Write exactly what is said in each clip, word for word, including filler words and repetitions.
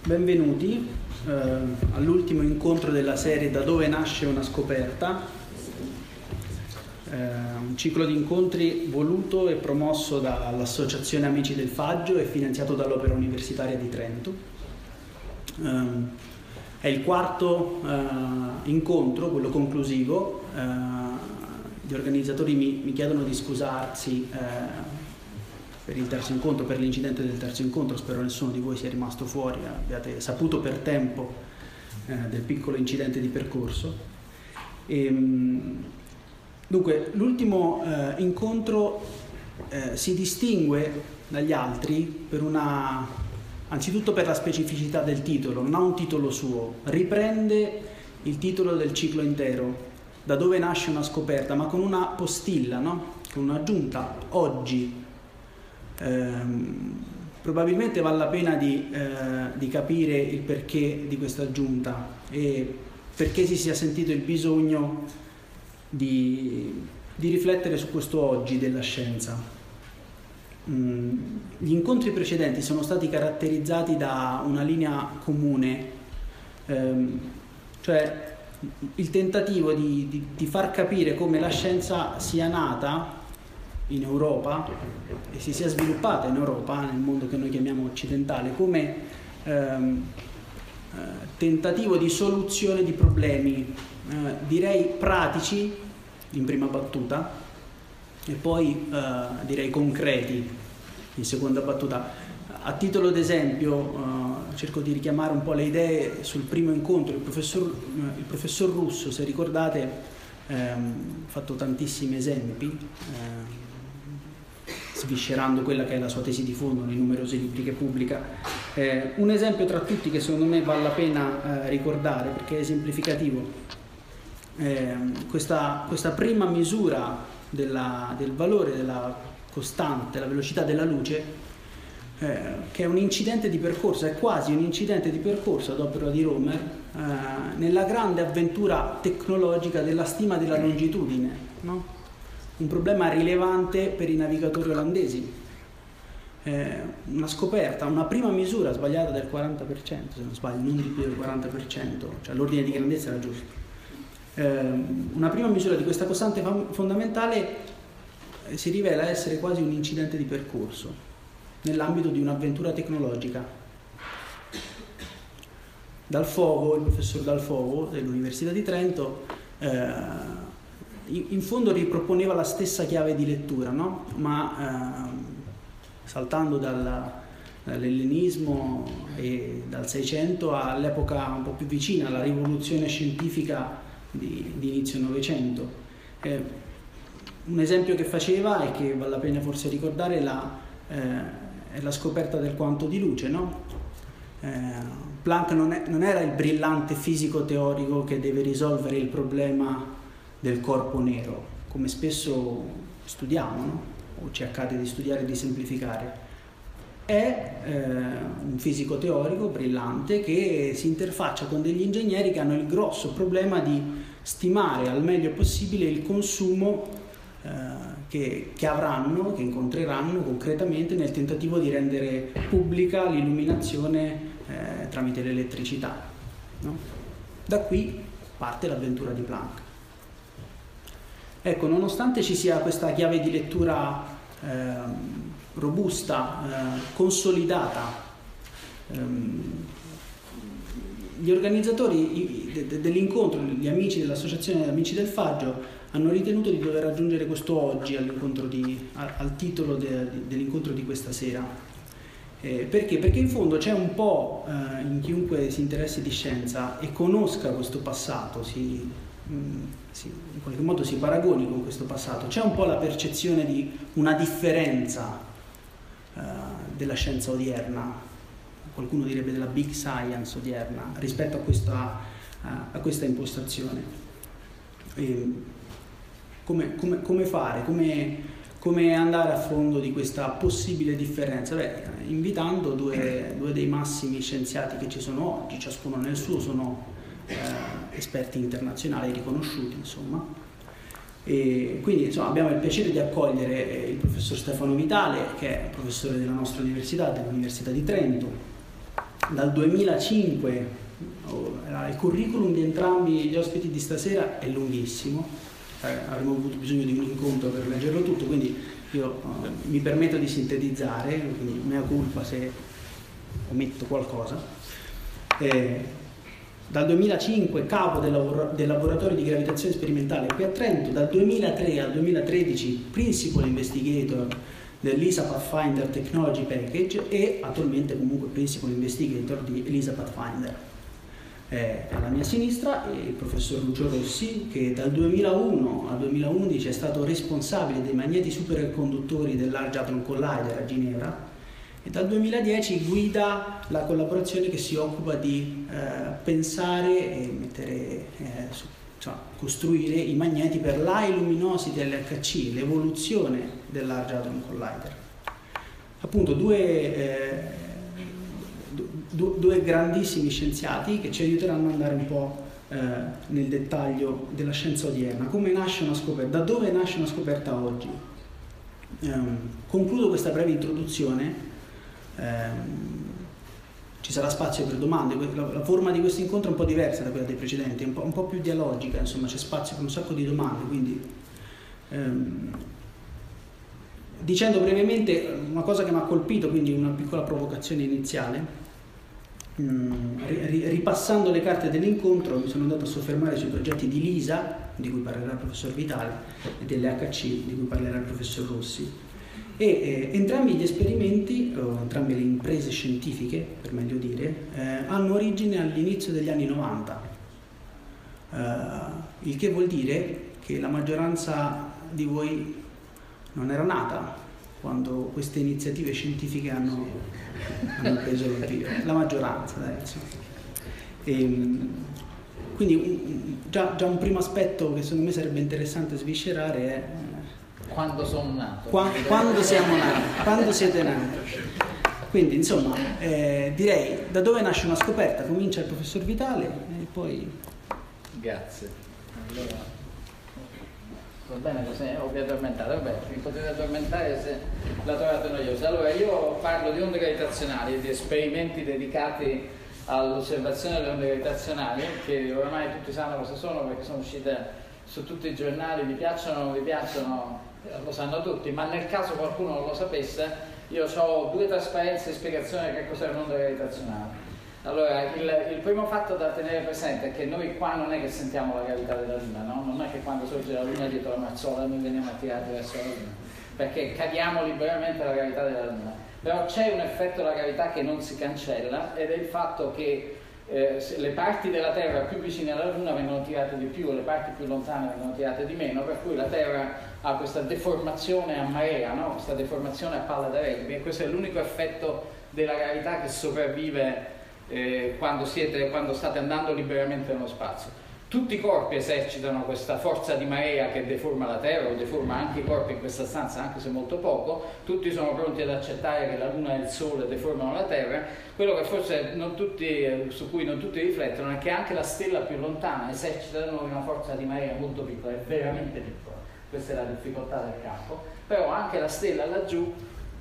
Benvenuti eh, all'ultimo incontro della serie Da dove nasce una scoperta, eh, un ciclo di incontri voluto e promosso dall'Associazione Amici del Faggio e finanziato dall'Opera Universitaria di Trento. Eh, è il quarto eh, incontro, quello conclusivo. Eh, gli organizzatori mi, mi chiedono di scusarsi eh, per il terzo incontro, per l'incidente del terzo incontro. Spero nessuno di voi sia rimasto fuori, abbiate saputo per tempo eh, del piccolo incidente di percorso. E, dunque, l'ultimo eh, incontro eh, si distingue dagli altri per una, anzitutto per la specificità del titolo. Non ha un titolo suo, riprende il titolo del ciclo intero, Da dove nasce una scoperta, ma con una postilla, no? Con un'aggiunta, oggi. Ehm, probabilmente vale la pena di, eh, di capire il perché di questa aggiunta e perché si sia sentito il bisogno di, di riflettere su questo oggi della scienza. Mm, gli incontri precedenti sono stati caratterizzati da una linea comune, ehm, cioè il tentativo di, di, di far capire come la scienza sia nata in Europa e si sia sviluppata in Europa, nel mondo che noi chiamiamo occidentale, come ehm, eh, tentativo di soluzione di problemi, eh, direi pratici in prima battuta e poi eh, direi concreti in seconda battuta. A titolo d'esempio eh, cerco di richiamare un po' le idee sul primo incontro. Il professor, eh, il professor Russo, se ricordate, ha ehm, fatto tantissimi esempi, eh, sviscerando quella che è la sua tesi di fondo nei numerosi libri che pubblica. Eh, un esempio tra tutti che secondo me vale la pena eh, ricordare perché è esemplificativo, eh, questa, questa prima misura della, del valore della costante, la velocità della luce, eh, che è un incidente di percorso, è quasi un incidente di percorso ad opera di Romer, eh, nella grande avventura tecnologica della stima della longitudine, no? Un problema rilevante per i navigatori olandesi, eh, una scoperta, una prima misura sbagliata del quaranta per cento, se non sbaglio, non di più del quaranta per cento, cioè l'ordine di grandezza era giusto. Eh, una prima misura di questa costante fondamentale eh, si rivela essere quasi un incidente di percorso nell'ambito di un'avventura tecnologica. Dalfovo, il professor Dalfovo dell'Università di Trento, eh, in fondo riproponeva la stessa chiave di lettura, no? Ma eh, saltando dalla, dall'ellenismo e dal Seicento all'epoca un po' più vicina, alla rivoluzione scientifica di, di inizio Novecento. Eh, un esempio che faceva e che vale la pena forse ricordare è la, eh, è la scoperta del quanto di luce, no? Eh, Planck non, è, non era il brillante fisico teorico che deve risolvere il problema del corpo nero, come spesso studiamo, no? O ci accade di studiare e di semplificare. È eh, un fisico teorico brillante che si interfaccia con degli ingegneri che hanno il grosso problema di stimare al meglio possibile il consumo eh, che, che avranno, che incontreranno concretamente nel tentativo di rendere pubblica l'illuminazione eh, tramite l'elettricità, no? Da qui parte l'avventura di Planck. Ecco, nonostante ci sia questa chiave di lettura eh, robusta, eh, consolidata, ehm, gli organizzatori de, de, dell'incontro, gli amici dell'Associazione Amici del Faggio, hanno ritenuto di dover aggiungere questo oggi all'incontro di, al, al titolo de, de, dell'incontro di questa sera. Eh, perché? Perché in fondo c'è un po' eh, in chiunque si interessi di scienza e conosca questo passato, si... Sì, in qualche modo si paragoni con questo passato, c'è un po' la percezione di una differenza uh, della scienza odierna, qualcuno direbbe della big science odierna, rispetto a questa, uh, a questa impostazione. E come, come, come fare, come, come andare a fondo di questa possibile differenza? Beh, invitando due, due dei massimi scienziati che ci sono oggi, ciascuno nel suo, sono Eh, esperti internazionali riconosciuti, insomma. E quindi insomma, abbiamo il piacere di accogliere il professor Stefano Vitale, che è professore della nostra università, dell'Università di Trento, dal duemilacinque, oh, il curriculum di entrambi gli ospiti di stasera è lunghissimo, eh, avremmo avuto bisogno di un incontro per leggerlo tutto, quindi io eh, mi permetto di sintetizzare, quindi mea culpa se ometto qualcosa. Eh, dal duemilacinque capo del, lavoro, del laboratorio di gravitazione sperimentale qui a Trento, dal duemilatré al duemilatredici principal investigator dell'ELISA Pathfinder Technology Package e attualmente comunque principal investigator di ELISA Pathfinder. Eh, alla mia sinistra è il professor Lucio Rossi, che dal duemilauno al duemilaundici è stato responsabile dei magneti superconduttori del Large Hadron Collider a Ginevra e dal duemiladieci guida la collaborazione che si occupa di eh, pensare e mettere, eh, su, cioè, costruire i magneti per l'High Luminosity L H C, l'evoluzione del Large Hadron Collider. Appunto due, eh, du, due grandissimi scienziati che ci aiuteranno ad andare un po' eh, nel dettaglio della scienza odierna. Come nasce una scoperta? Da dove nasce una scoperta oggi? Um, concludo questa breve introduzione. Um, ci sarà spazio per domande. La, la forma di questo incontro è un po' diversa da quella dei precedenti, è un po', un po' più dialogica, insomma c'è spazio per un sacco di domande, quindi um, dicendo brevemente una cosa che mi ha colpito, quindi una piccola provocazione iniziale, um, ri, ripassando le carte dell'incontro mi sono andato a soffermare sui progetti di LISA, di cui parlerà il professor Vitale, e dell'E H C, di cui parlerà il professor Rossi. E eh, entrambi gli esperimenti, o entrambe le imprese scientifiche, per meglio dire, eh, hanno origine all'inizio degli anni novanta, eh, il che vuol dire che la maggioranza di voi non era nata quando queste iniziative scientifiche hanno, hanno preso il via. La maggioranza, dai, insomma. E, quindi un, già, già un primo aspetto che secondo me sarebbe interessante sviscerare è quando sono nato, quando, quando siamo nati, quando siete nati. Quindi insomma eh, direi da dove nasce una scoperta, comincia il professor Vitale e poi grazie. Allora, va bene così, o vi addormentate? Vabbè, vi potete addormentare se la trovate noiosa. Allora io parlo di onde gravitazionali, di esperimenti dedicati all'osservazione delle onde gravitazionali, che oramai tutti sanno cosa sono perché sono uscite su tutti i giornali, vi piacciono o non vi piacciono, lo sanno tutti, ma nel caso qualcuno non lo sapesse, io ho due trasparenze e spiegazioni di che cos'è un'onda gravitazionale. Allora, il, il primo fatto da tenere presente è che noi qua non è che sentiamo la gravità della Luna, no? Non è che quando sorge la Luna dietro la Mazzola noi veniamo attirati verso la Luna, perché cadiamo liberamente alla gravità della Luna. Però c'è un effetto della gravità che non si cancella ed è il fatto che Eh, le parti della Terra più vicine alla Luna vengono tirate di più e le parti più lontane vengono tirate di meno, per cui la Terra ha questa deformazione a marea, no? Questa deformazione a palla da rugby, e questo è l'unico effetto della gravità che sopravvive eh, quando, siete, quando state andando liberamente nello spazio. Tutti i corpi esercitano questa forza di marea che deforma la Terra o deforma anche i corpi in questa stanza, anche se molto poco. Tutti sono pronti ad accettare che la Luna e il Sole deformano la Terra. Quello che forse non tutti, su cui non tutti riflettono è che anche la stella più lontana esercita da noi una forza di marea molto piccola, è veramente piccola. Questa è la difficoltà del campo. Però anche la stella laggiù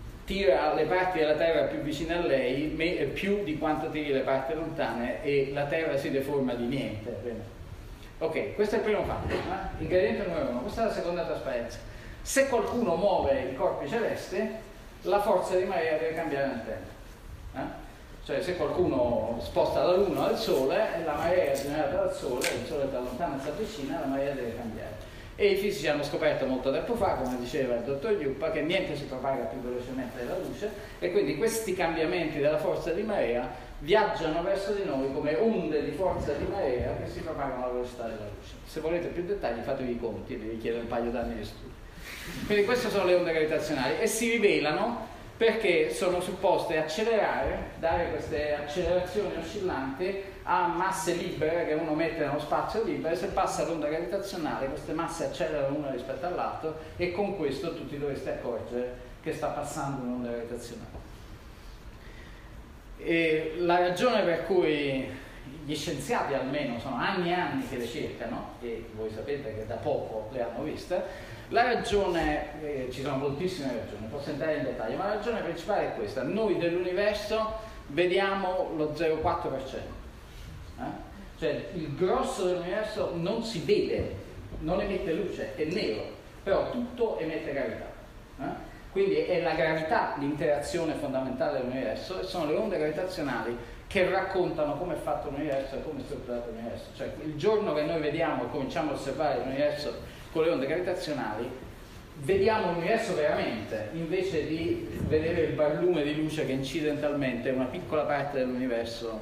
tira le parti della Terra più vicine a lei me, più di quanto tiri le parti lontane e la Terra si deforma di niente. Ok, questo è il primo fatto, eh? Ingrediente numero uno, questa è la seconda trasparenza. Se qualcuno muove i corpi celesti, la forza di marea deve cambiare nel tempo. Eh? Cioè se qualcuno sposta la Luna al Sole, la marea generata dal Sole, il Sole da lontano si avvicina, la marea deve cambiare. E i fisici hanno scoperto molto tempo fa, come diceva il dottor Juppa, che niente si propaga più velocemente della luce e quindi questi cambiamenti della forza di marea viaggiano verso di noi come onde di forza di marea che si propagano alla velocità della luce. Se volete più dettagli fatevi i conti, vi richiede un paio d'anni di studio. Quindi queste sono le onde gravitazionali e si rivelano perché sono supposte accelerare, dare queste accelerazioni oscillanti a masse libere che uno mette nello spazio libero, e se passa l'onda gravitazionale queste masse accelerano una rispetto all'altro e con questo tutti dovreste accorgere che sta passando un'onda gravitazionale. E la ragione per cui gli scienziati almeno sono anni e anni che le cercano, e voi sapete che da poco le hanno viste, la ragione, eh, ci sono moltissime ragioni, posso entrare in dettaglio, ma la ragione principale è questa: noi dell'universo vediamo lo zero virgola quattro per cento. Eh? Cioè il grosso dell'universo non si vede, non emette luce, è nero, però tutto emette gravità. Eh? Quindi è la gravità l'interazione fondamentale dell'universo e sono le onde gravitazionali che raccontano come è fatto l'universo e come è strutturato l'universo. Cioè il giorno che noi vediamo e cominciamo a osservare l'universo con le onde gravitazionali, vediamo l'universo veramente, invece di vedere il barlume di luce che incidentalmente è una piccola parte dell'universo.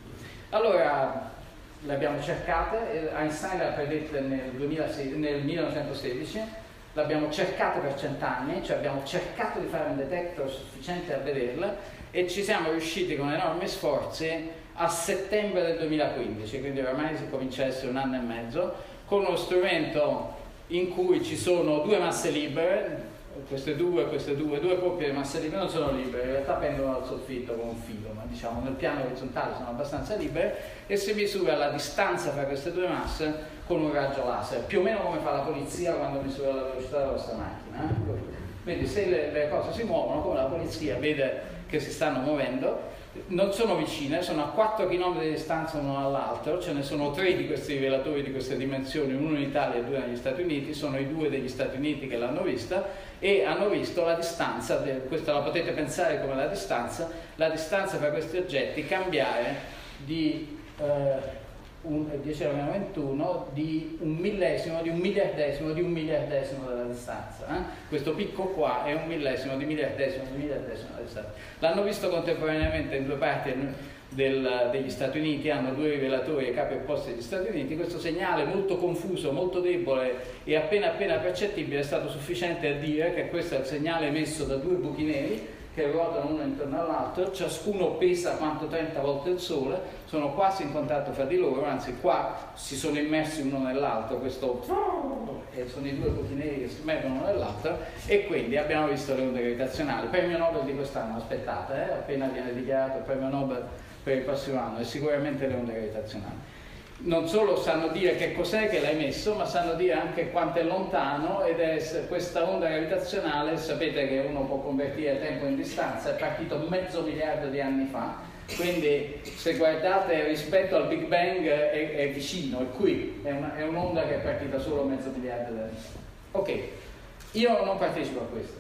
Allora, le abbiamo cercate, Einstein le ha predette nel, duemilasedici, nel millenovecentosedici, le abbiamo cercate per cent'anni, cioè abbiamo cercato di fare un detector sufficiente a vederle e ci siamo riusciti con enormi sforzi a settembre del duemilaquindici, quindi ormai si comincia a essere un anno e mezzo, con uno strumento in cui ci sono due masse libere, queste due, queste due, due coppie di masse libere non sono libere, in realtà pendono dal soffitto con un filo, ma diciamo nel piano orizzontale sono abbastanza libere e si misura la distanza tra queste due masse con un raggio laser, più o meno come fa la polizia quando misura la velocità della vostra macchina. Eh? Quindi se le, le cose si muovono, come la polizia vede che si stanno muovendo, non sono vicine, sono a quattro chilometri di distanza l'uno dall'altro, ce ne sono tre di questi rivelatori di queste dimensioni, uno in Italia e due negli Stati Uniti, sono i due degli Stati Uniti che l'hanno vista e hanno visto la distanza, questa la potete pensare come la distanza, la distanza tra questi oggetti cambiare di eh, un, dieci alla meno ventuno, di un millesimo, di un miliardesimo, di un miliardesimo della distanza. Eh? Questo picco qua è un millesimo di miliardesimo di miliardesimo della distanza. L'hanno visto contemporaneamente in due parti del, degli Stati Uniti, hanno due rivelatori ai capi opposti degli Stati Uniti. Questo segnale molto confuso, molto debole e appena appena percettibile è stato sufficiente a dire che questo è il segnale emesso da due buchi neri che ruotano uno intorno all'altro, ciascuno pesa quanto trenta volte il Sole, sono quasi in contatto fra di loro, anzi qua si sono immersi uno nell'altro, questo e sono i due buchi neri che si immergono uno nell'altro e quindi abbiamo visto le onde gravitazionali. Premio Nobel di quest'anno, aspettate, eh, appena viene dichiarato il premio Nobel per il prossimo anno, è sicuramente le onde gravitazionali. Non solo sanno dire che cos'è che l'ha emesso, ma sanno dire anche quanto è lontano ed è questa onda gravitazionale, sapete che uno può convertire tempo in distanza, è partito mezzo miliardo di anni fa, quindi se guardate rispetto al Big Bang è, è vicino, è qui, è, una, è un'onda che è partita solo mezzo miliardo di anni fa. Ok, io non partecipo a questo,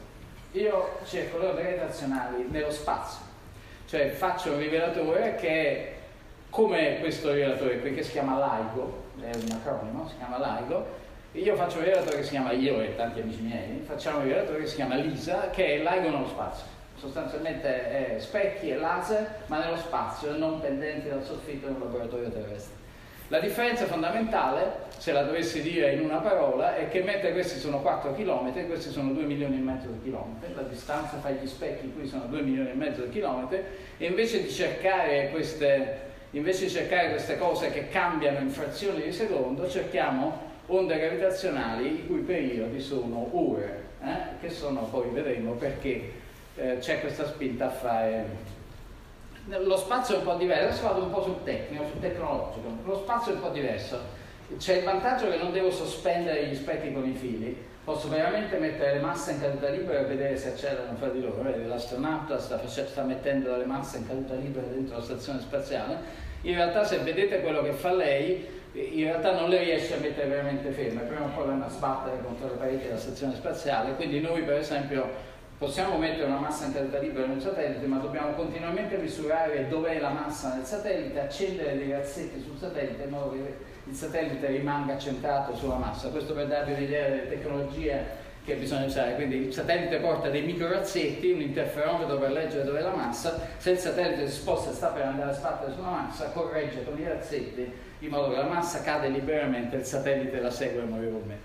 io cerco le onde gravitazionali nello spazio, cioè faccio un rivelatore che è come questo rivelatore qui che si chiama LIGO, è un acronimo, si chiama LIGO, io faccio un rivelatore che si chiama, io e tanti amici miei, facciamo un rivelatore che si chiama LISA, che è LIGO nello spazio, sostanzialmente è specchi e laser, ma nello spazio, non pendenti dal soffitto in un laboratorio terrestre. La differenza fondamentale, se la dovessi dire in una parola, è che mentre questi sono quattro chilometri, questi sono due milioni e mezzo di chilometri, la distanza fra gli specchi qui sono due milioni e mezzo di chilometri, e invece di cercare queste... Invece di cercare queste cose che cambiano in frazioni di secondo, cerchiamo onde gravitazionali i cui periodi sono ore, eh? che sono, poi vedremo perché eh, c'è questa spinta a fare. Lo spazio è un po' diverso, adesso vado un po' sul tecnico, sul tecnologico. Lo spazio è un po' diverso. C'è il vantaggio che non devo sospendere gli specchi con i fili, posso veramente mettere le masse in caduta libera e vedere se accelerano fra di loro. Vedi, l'astronauta sta, sta mettendo le masse in caduta libera dentro la stazione spaziale. In realtà, se vedete quello che fa lei, in realtà non le riesce a mettere veramente ferme, prima o poi vanno a sbattere contro le pareti della stazione spaziale. Quindi noi, per esempio, possiamo mettere una massa in caduta libera in un satellite, ma dobbiamo continuamente misurare dov'è la massa nel satellite, accendere dei razzetti sul satellite in modo che il satellite rimanga centrato sulla massa. Questo per darvi un'idea delle tecnologie che bisogna usare. Quindi il satellite porta dei microrazzetti, un interferometro per leggere dove è la massa, se il satellite si sposta e sta per andare a sbattere sulla massa, corregge con i razzetti in modo che la massa cade liberamente e il satellite la segue amorevolmente.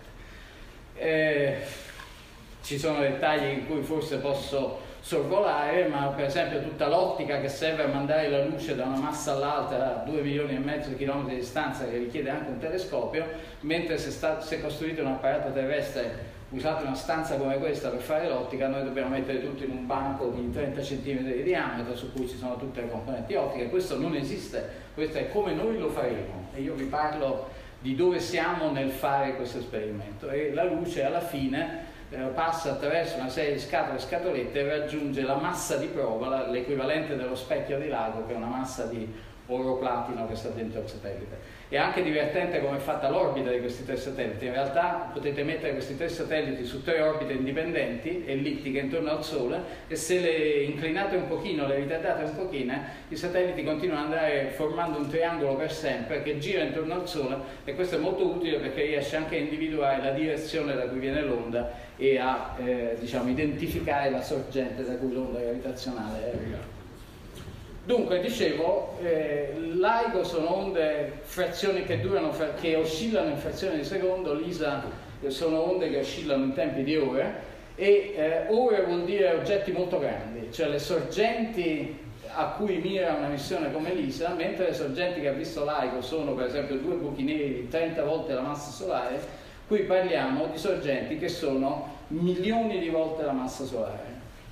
Eh, ci sono dettagli in cui forse posso sorvolare, ma per esempio tutta l'ottica che serve a mandare la luce da una massa all'altra a due milioni e mezzo di chilometri di distanza, che richiede anche un telescopio, mentre se, sta, se costruite un apparato terrestre, usate una stanza come questa per fare l'ottica, noi dobbiamo mettere tutto in un banco di trenta centimetri di diametro su cui ci sono tutte le componenti ottiche. Questo non esiste, questo è come noi lo faremo e io vi parlo di dove siamo nel fare questo esperimento. E la luce alla fine eh, passa attraverso una serie di scatole e scatolette e raggiunge la massa di prova, l'equivalente dello specchio di lago, che è una massa di oro platino che sta dentro il satellite. È anche divertente come è fatta l'orbita di questi tre satelliti. In realtà potete mettere questi tre satelliti su tre orbite indipendenti, ellittiche intorno al Sole, e se le inclinate un pochino, le ritardate un pochino, i satelliti continuano ad andare formando un triangolo per sempre che gira intorno al Sole, e questo è molto utile perché riesce anche a individuare la direzione da cui viene l'onda e a eh, diciamo, identificare la sorgente da cui l'onda gravitazionale arriva. Dunque, dicevo, eh, LIGO sono onde, frazioni che durano, che oscillano in frazioni di secondo, LISA sono onde che oscillano in tempi di ore, e eh, ore vuol dire oggetti molto grandi, cioè le sorgenti a cui mira una missione come LISA, mentre le sorgenti che ha visto LIGO sono per esempio due buchi neri di trenta volte la massa solare, qui parliamo di sorgenti che sono milioni di volte la massa solare.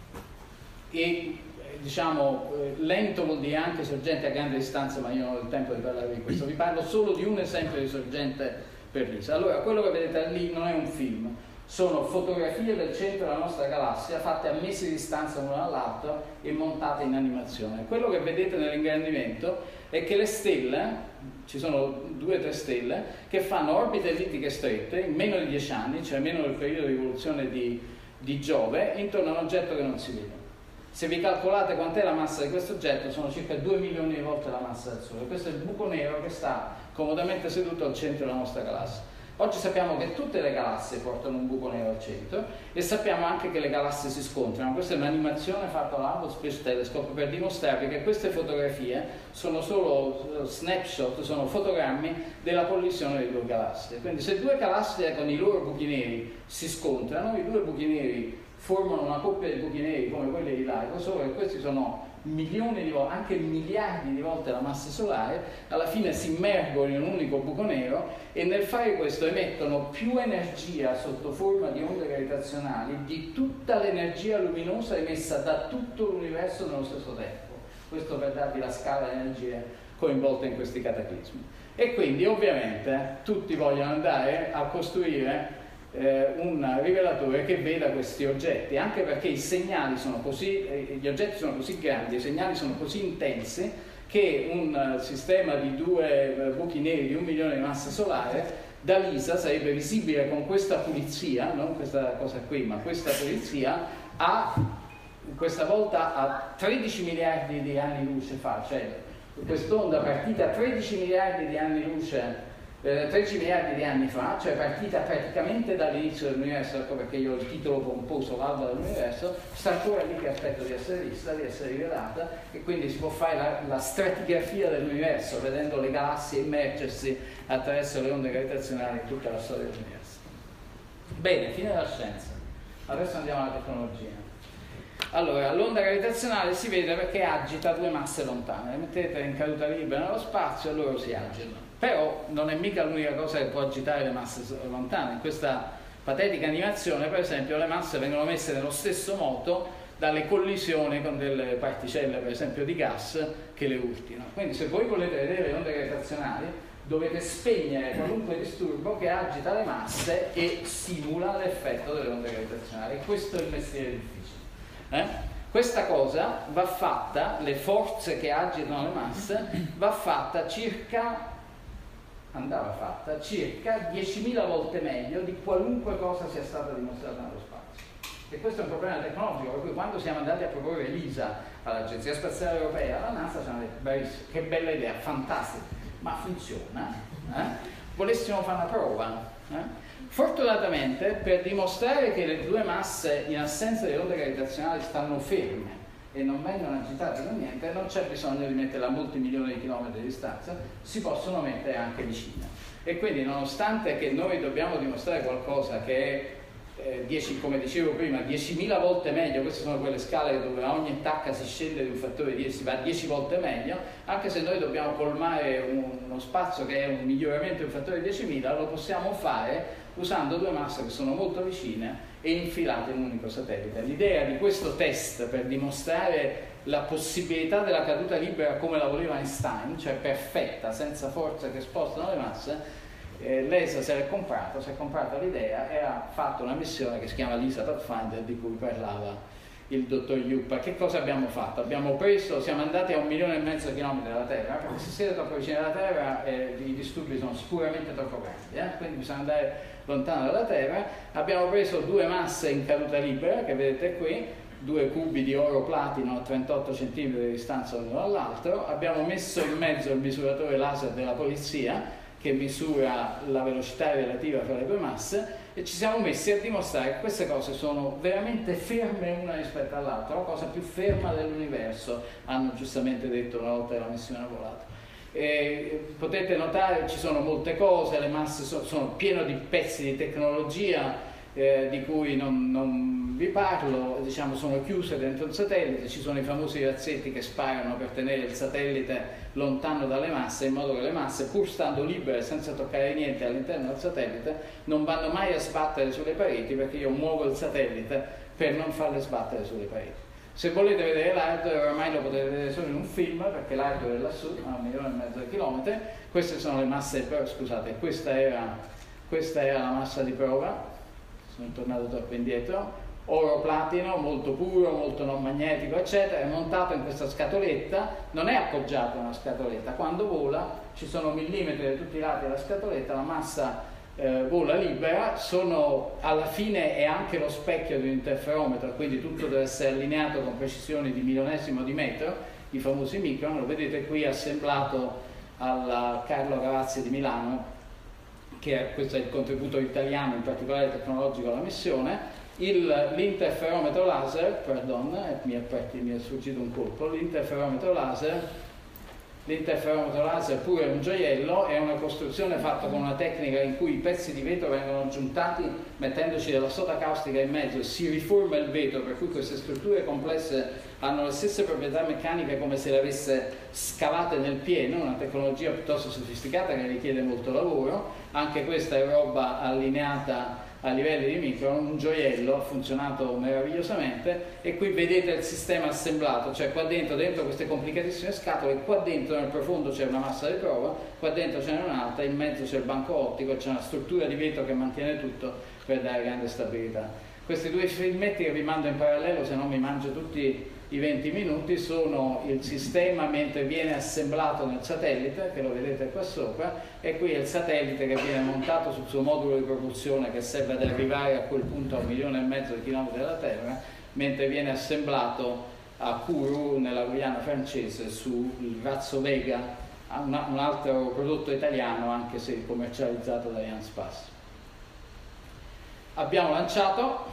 E diciamo, lento vuol dire anche sorgente a grande distanza, ma io non ho il tempo di parlare di questo, vi parlo solo di un esempio di sorgente per LISA. Allora, quello che vedete lì non è un film, sono fotografie del centro della nostra galassia fatte a mesi di distanza l'uno dall'altro e montate in animazione. Quello che vedete nell'ingrandimento è che le stelle, ci sono due o tre stelle, che fanno orbite ellittiche strette in meno di dieci anni, cioè meno del periodo di evoluzione di, di Giove, intorno a un oggetto che non si vede. Se vi calcolate quant'è la massa di questo oggetto, sono circa due milioni di volte la massa del Sole. Questo è il buco nero che sta comodamente seduto al centro della nostra galassia. Oggi sappiamo che tutte le galassie portano un buco nero al centro e sappiamo anche che le galassie si scontrano. Questa è un'animazione fatta dall'Hubble Space Telescope per dimostrarvi che queste fotografie sono solo snapshot, sono fotogrammi della collisione di due galassie. Quindi se due galassie con i loro buchi neri si scontrano, i due buchi neri formano una coppia di buchi neri come quelli di LIGO, solo che questi sono milioni di volte, anche miliardi di volte la massa solare, alla fine si immergono in un unico buco nero e nel fare questo emettono più energia sotto forma di onde gravitazionali di tutta l'energia luminosa emessa da tutto l'universo nello stesso tempo. Questo per darvi la scala di energie coinvolte in questi cataclismi. E quindi ovviamente tutti vogliono andare a costruire Eh, un rivelatore che veda questi oggetti, anche perché i segnali sono così, eh, gli oggetti sono così grandi, i segnali sono così intensi che un uh, sistema di due uh, buchi neri di un milione di massa solare da LISA sarebbe visibile con questa pulizia, non questa cosa qui, ma questa pulizia a questa volta a tredici miliardi di anni luce fa, cioè quest'onda partita a tredici miliardi di anni luce tredici miliardi di anni fa, cioè partita praticamente dall'inizio dell'universo, ecco perché io ho il titolo pomposo l'alba dell'universo, sta ancora lì che aspetta di essere vista, di essere rivelata, e quindi si può fare la, la stratigrafia dell'universo vedendo le galassie immergersi attraverso le onde gravitazionali in tutta la storia dell'universo. Bene, fine della scienza. Adesso andiamo alla tecnologia. Allora, l'onda gravitazionale si vede perché agita due masse lontane, le mettete in caduta libera nello spazio e loro si agitano. Però non è mica l'unica cosa che può agitare le masse lontane. In questa patetica animazione, per esempio, le masse vengono messe nello stesso modo dalle collisioni con delle particelle, per esempio, di gas che le urtino. Quindi se voi volete vedere le onde gravitazionali, dovete spegnere qualunque disturbo che agita le masse e simula l'effetto delle onde gravitazionali. Questo è il mestiere difficile. Eh? Questa cosa va fatta, le forze che agitano le masse, va fatta circa... andava fatta circa diecimila volte meglio di qualunque cosa sia stata dimostrata nello spazio. E questo è un problema tecnologico, per cui quando siamo andati a proporre l'ISA all'Agenzia Spaziale Europea, alla NASA ci hanno detto, bellissimo, che bella idea, fantastica, ma funziona? Eh? Volessimo fare una prova? Eh? Fortunatamente, per dimostrare che le due masse in assenza di onde gravitazionali stanno ferme e non vengono agitate da niente, non c'è bisogno di metterle a molti milioni di chilometri di distanza, si possono mettere anche vicine. E quindi, nonostante che noi dobbiamo dimostrare qualcosa che è, eh, dieci, come dicevo prima, diecimila volte meglio, queste sono quelle scale dove a ogni tacca si scende di un fattore dieci, si va dieci volte meglio, anche se noi dobbiamo colmare un, uno spazio che è un miglioramento di un fattore diecimila, lo possiamo fare usando due masse che sono molto vicine e infilate in un unico satellite. L'idea di questo test per dimostrare la possibilità della caduta libera come la voleva Einstein, cioè perfetta, senza forze che spostano le masse, Eh, l'E S A se l'è comprato, si è comprata l'idea e ha fatto una missione che si chiama l'E S A Pathfinder, di cui parlava il dottor Juppa. Che cosa abbiamo fatto? Abbiamo preso, siamo andati a un milione e mezzo di chilometri dalla Terra, perché se siete troppo vicini alla Terra eh, i disturbi sono sicuramente troppo grandi, eh? Quindi bisogna andare lontano dalla Terra. Abbiamo preso due masse in caduta libera, che vedete qui, due cubi di oro platino a trentotto centimetri di distanza l'uno dall'altro. Abbiamo messo in mezzo il misuratore laser della polizia, che misura la velocità relativa fra le due masse, e ci siamo messi a dimostrare che queste cose sono veramente ferme una rispetto all'altra, la cosa più ferma dell'universo, hanno giustamente detto una volta che la missione ha volato. E potete notare ci sono molte cose, le masse sono, sono piene di pezzi di tecnologia eh, di cui non, non vi parlo, diciamo sono chiuse dentro il satellite, ci sono i famosi razzetti che sparano per tenere il satellite lontano dalle masse, in modo che le masse, pur stando libere senza toccare niente all'interno del satellite, non vanno mai a sbattere sulle pareti, perché io muovo il satellite per non farle sbattere sulle pareti. Se volete vedere l'hardware, ormai lo potete vedere solo in un film, perché l'hardware è lassù, a un milione e mezzo di chilometri. Queste sono le masse, però, scusate, questa era, questa era la massa di prova, sono tornato troppo indietro, oro platino, molto puro, molto non magnetico, eccetera, è montato in questa scatoletta, non è appoggiato a una scatoletta, quando vola ci sono millimetri da tutti i lati della scatoletta, la massa eh, vola libera, sono, alla fine è anche lo specchio di un interferometro, quindi tutto deve essere allineato con precisioni di milionesimo di metro, i famosi micron, lo vedete qui assemblato al Carlo Gavazzi di Milano, che è, questo è il contributo italiano, in particolare tecnologico, alla missione. L'interferometro laser, pardon, eh, mi, è, mi è sfuggito un colpo, l'interferometro laser, l'interferometro laser pure è un gioiello, è una costruzione fatta con una tecnica in cui i pezzi di vetro vengono aggiuntati mettendoci della soda caustica in mezzo e si riforma il vetro, per cui queste strutture complesse hanno le stesse proprietà meccaniche come se le avesse scavate nel pieno, una tecnologia piuttosto sofisticata che richiede molto lavoro. Anche questa è roba allineata a livelli di micron, un gioiello, ha funzionato meravigliosamente, e qui vedete il sistema assemblato, cioè qua dentro, dentro queste complicatissime scatole, qua dentro nel profondo c'è una massa di prova, qua dentro c'è un'altra, in mezzo c'è il banco ottico, c'è una struttura di vetro che mantiene tutto per dare grande stabilità. Questi due filmetti che vi mando in parallelo, se non mi mangio tutti i venti minuti, sono il sistema mentre viene assemblato nel satellite, che lo vedete qua sopra, e qui è il satellite che viene montato sul suo modulo di propulsione che serve ad arrivare a quel punto a un milione e mezzo di chilometri dalla Terra, mentre viene assemblato a Kourou, nella Guyana francese, sul razzo Vega, una, un altro prodotto italiano, anche se commercializzato da Arianespace. Abbiamo lanciato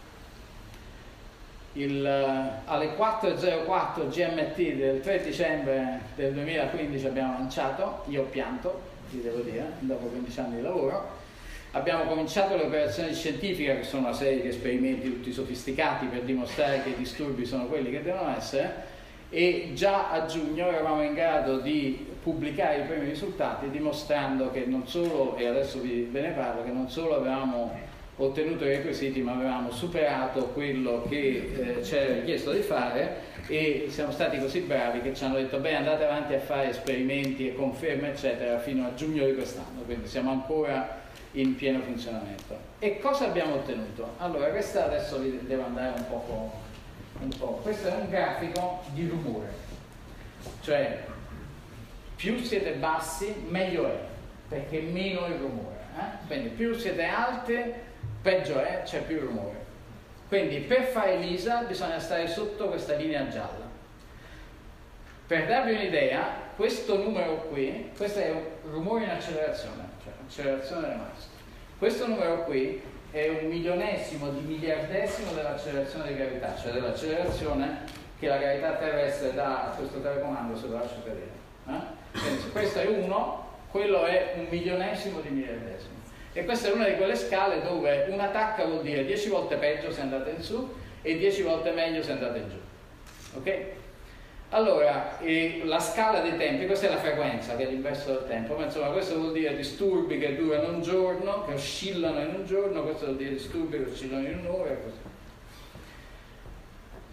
Il, alle quattro e zero quattro G M T del tre dicembre del duemilaquindici abbiamo lanciato, io ho pianto, vi devo dire, dopo quindici anni di lavoro. Abbiamo cominciato le operazioni scientifiche, che sono una serie di esperimenti tutti sofisticati per dimostrare che i disturbi sono quelli che devono essere, e già a giugno eravamo in grado di pubblicare i primi risultati, dimostrando che non solo, e adesso vi, ve ne parlo, che non solo avevamo ottenuto i requisiti, ma avevamo superato quello che eh, ci era richiesto di fare, e siamo stati così bravi che ci hanno detto beh, andate avanti a fare esperimenti e conferme eccetera fino a giugno di quest'anno, quindi siamo ancora in pieno funzionamento. E cosa abbiamo ottenuto? Allora, questa adesso vi devo andare un po', un po'. Questo è un grafico di rumore, cioè più siete bassi meglio è, perché meno il rumore, eh? Quindi più siete alti peggio è, c'è più rumore. Quindi per fare l'I S A bisogna stare sotto questa linea gialla. Per darvi un'idea, questo numero qui, questo è un rumore in accelerazione, cioè accelerazione delle masse. Questo numero qui è un milionesimo di miliardesimo dell'accelerazione di gravità, cioè dell'accelerazione che la gravità terrestre dà a questo telecomando se lo lascio cadere. Eh? Quindi se questo è uno, quello è un milionesimo di miliardesimo. E questa è una di quelle scale dove una tacca vuol dire dieci volte peggio se andate in su e dieci volte meglio se andate in giù. Ok? Allora, eh, la scala dei tempi, questa è la frequenza che è l'inverso del tempo, ma insomma questo vuol dire disturbi che durano un giorno, che oscillano in un giorno, questo vuol dire disturbi che oscillano in un'ora e così.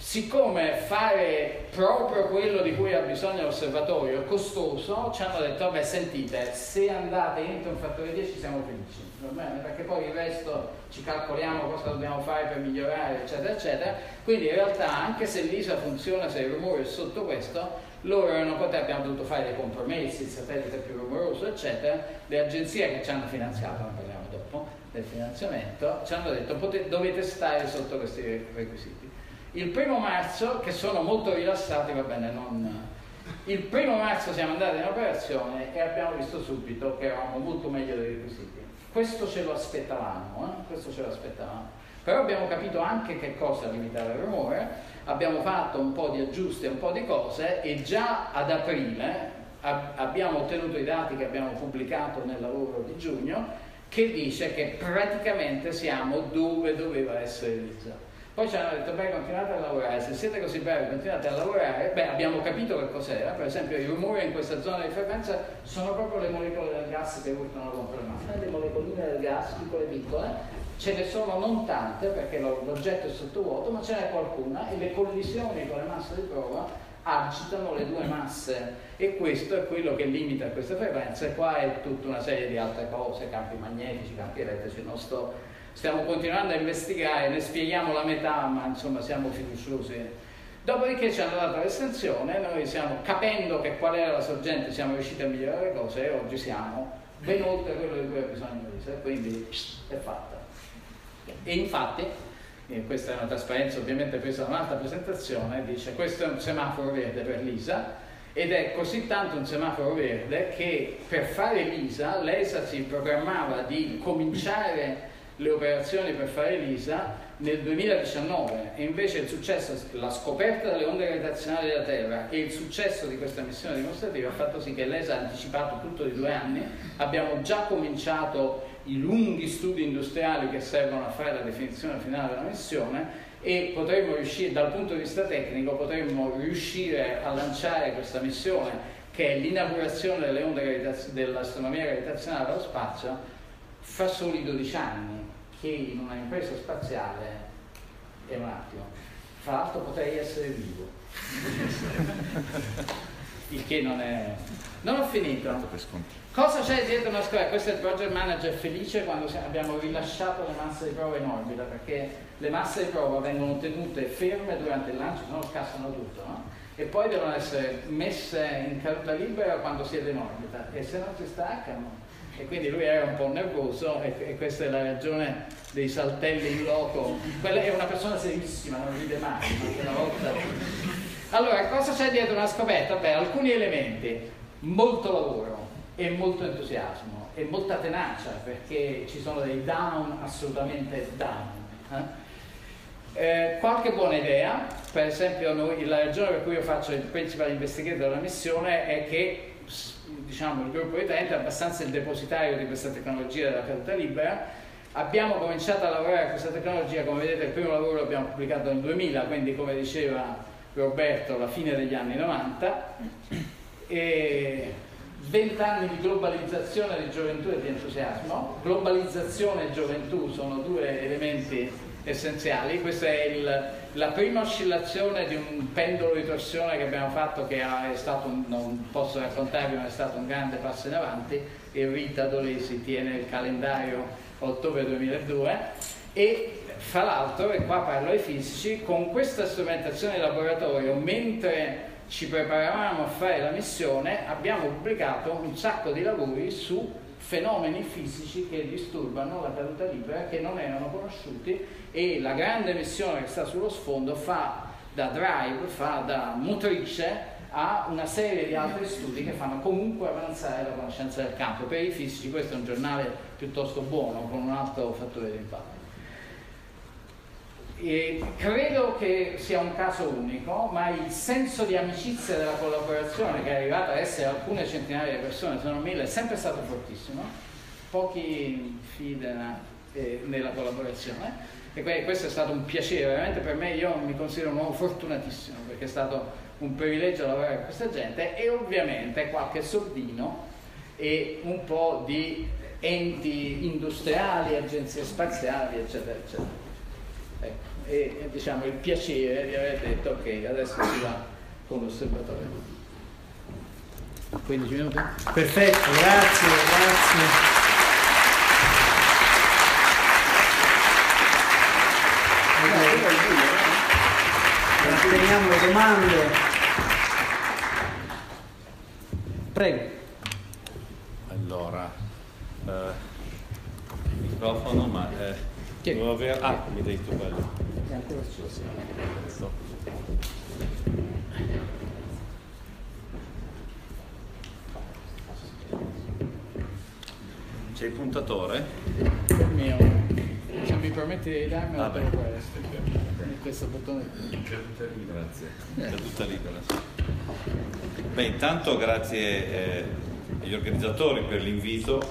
siccome fare proprio quello di cui ha bisogno l'osservatorio è costoso, ci hanno detto, vabbè sentite, se andate entro un fattore dieci siamo felici, va bene? Perché poi il resto ci calcoliamo cosa dobbiamo fare per migliorare, eccetera, eccetera. Quindi in realtà, anche se l'I S A funziona, se il rumore è sotto questo, loro erano contenti, abbiamo dovuto fare dei compromessi, il satellite è più rumoroso, eccetera. Le agenzie che ci hanno finanziato, ne parliamo dopo, del finanziamento, ci hanno detto, potete, dovete stare sotto questi requisiti. Il primo marzo, che sono molto rilassati, va bene, non... il primo marzo siamo andati in operazione e abbiamo visto subito che eravamo molto meglio dei requisiti. Questo ce lo aspettavamo, eh? Questo ce lo aspettavamo. Però abbiamo capito anche che cosa limitare il rumore, abbiamo fatto un po' di aggiusti, un po' di cose e già ad aprile ab- abbiamo ottenuto i dati che abbiamo pubblicato nel lavoro di giugno, che dice che praticamente siamo dove doveva essere l'I S A. Poi ci hanno detto, beh, continuate a lavorare, se siete così bravi continuate a lavorare. Beh, abbiamo capito che cos'era, per esempio i rumori in questa zona di frequenza sono proprio le molecole del gas che urtano contro il mare, le molecoline del gas, piccole piccole, ce ne sono non tante perché l'oggetto è sottovuoto, ma ce n'è qualcuna e le collisioni con le masse di prova agitano le due masse e questo è quello che limita queste frequenze. E qua è tutta una serie di altre cose, campi magnetici, campi elettrici, non sto... Stiamo continuando a investigare, ne spieghiamo la metà, ma insomma siamo fiduciosi. Dopodiché ci hanno dato l'estensione, noi siamo, capendo che qual era la sorgente, siamo riusciti a migliorare le cose e oggi siamo ben oltre quello di cui ha bisogno l'I S A, quindi è fatta. E infatti, e questa è una trasparenza ovviamente presa da un'altra presentazione, dice questo è un semaforo verde per l'I S A ed è così tanto un semaforo verde che per fare l'I S A l'E S A si programmava di cominciare le operazioni per fare l'I S A nel duemiladiciannove e invece il successo, la scoperta delle onde gravitazionali della Terra e il successo di questa missione dimostrativa ha fatto sì che l'E S A ha anticipato tutto di due anni. Abbiamo già cominciato i lunghi studi industriali che servono a fare la definizione finale della missione e potremmo riuscire, dal punto di vista tecnico, potremmo riuscire a lanciare questa missione che è l'inaugurazione delle onde gravitaz- dell'astronomia gravitazionale dallo spazio fra soli dodici anni, che in una impresa spaziale è un attimo. Fra l'altro potrei essere vivo, il che non è... Non ho finito. Cosa c'è dietro una scuola? Questo è il project manager felice quando abbiamo rilasciato le masse di prova in orbita, perché le masse di prova vengono tenute ferme durante il lancio, se no scassano tutto, no? E poi devono essere messe in caduta libera quando siete in orbita e se non si staccano. E quindi lui era un po' nervoso e, e questa è la ragione dei saltelli in loco. Quella è una persona serissima, non ride mai, anche una volta. Allora, cosa c'è dietro una scoperta? Beh, alcuni elementi, molto lavoro e molto entusiasmo e molta tenacia, perché ci sono dei down assolutamente down. Eh? Eh, qualche buona idea, per esempio noi, la ragione per cui io faccio il principal investigator della missione è che diciamo il gruppo utente è abbastanza il depositario di questa tecnologia della caduta libera. Abbiamo cominciato a lavorare a questa tecnologia, come vedete il primo lavoro l'abbiamo pubblicato nel duemila, quindi come diceva Roberto la fine degli anni novanta, e vent'anni di globalizzazione di gioventù e di entusiasmo. Globalizzazione e gioventù sono due elementi essenziali. Questa è il, la prima oscillazione di un pendolo di torsione che abbiamo fatto, che è stato un, non posso raccontarvi, ma è stato un grande passo in avanti, e Rita Dolesi tiene il calendario ottobre duemiladue. E fra l'altro, e qua parlo ai fisici, con questa strumentazione di laboratorio, mentre ci preparavamo a fare la missione, abbiamo pubblicato un sacco di lavori su fenomeni fisici che disturbano la caduta libera, che non erano conosciuti, e la grande missione che sta sullo sfondo fa da drive, fa da motrice a una serie di altri studi che fanno comunque avanzare la conoscenza del campo. Per i fisici questo è un giornale piuttosto buono, con un alto fattore di impatto. E credo che sia un caso unico, ma il senso di amicizia della collaborazione, che è arrivata a essere alcune centinaia di persone, se non mille, è sempre stato fortissimo. Pochi fidano eh, nella collaborazione, e questo è stato un piacere veramente per me. Io mi considero un uomo fortunatissimo, perché è stato un privilegio lavorare con questa gente, e ovviamente qualche soldino e un po' di enti industriali, agenzie spaziali, eccetera eccetera. Ecco. e, e diciamo il piacere di aver detto ok, adesso si va con l'osservatorio. quindici minuti? Perfetto, grazie, grazie. Teniamo le domande. Prego. Allora, eh, il microfono, ma eh, devo avere... Ah, mi dai tu quello. È ancora successo. C'è il puntatore? Il mio. Se mi permetti di darmi ah, un po' questo. Questo bottone. Grazie. È tutta libera. Beh, intanto grazie eh, agli organizzatori per l'invito,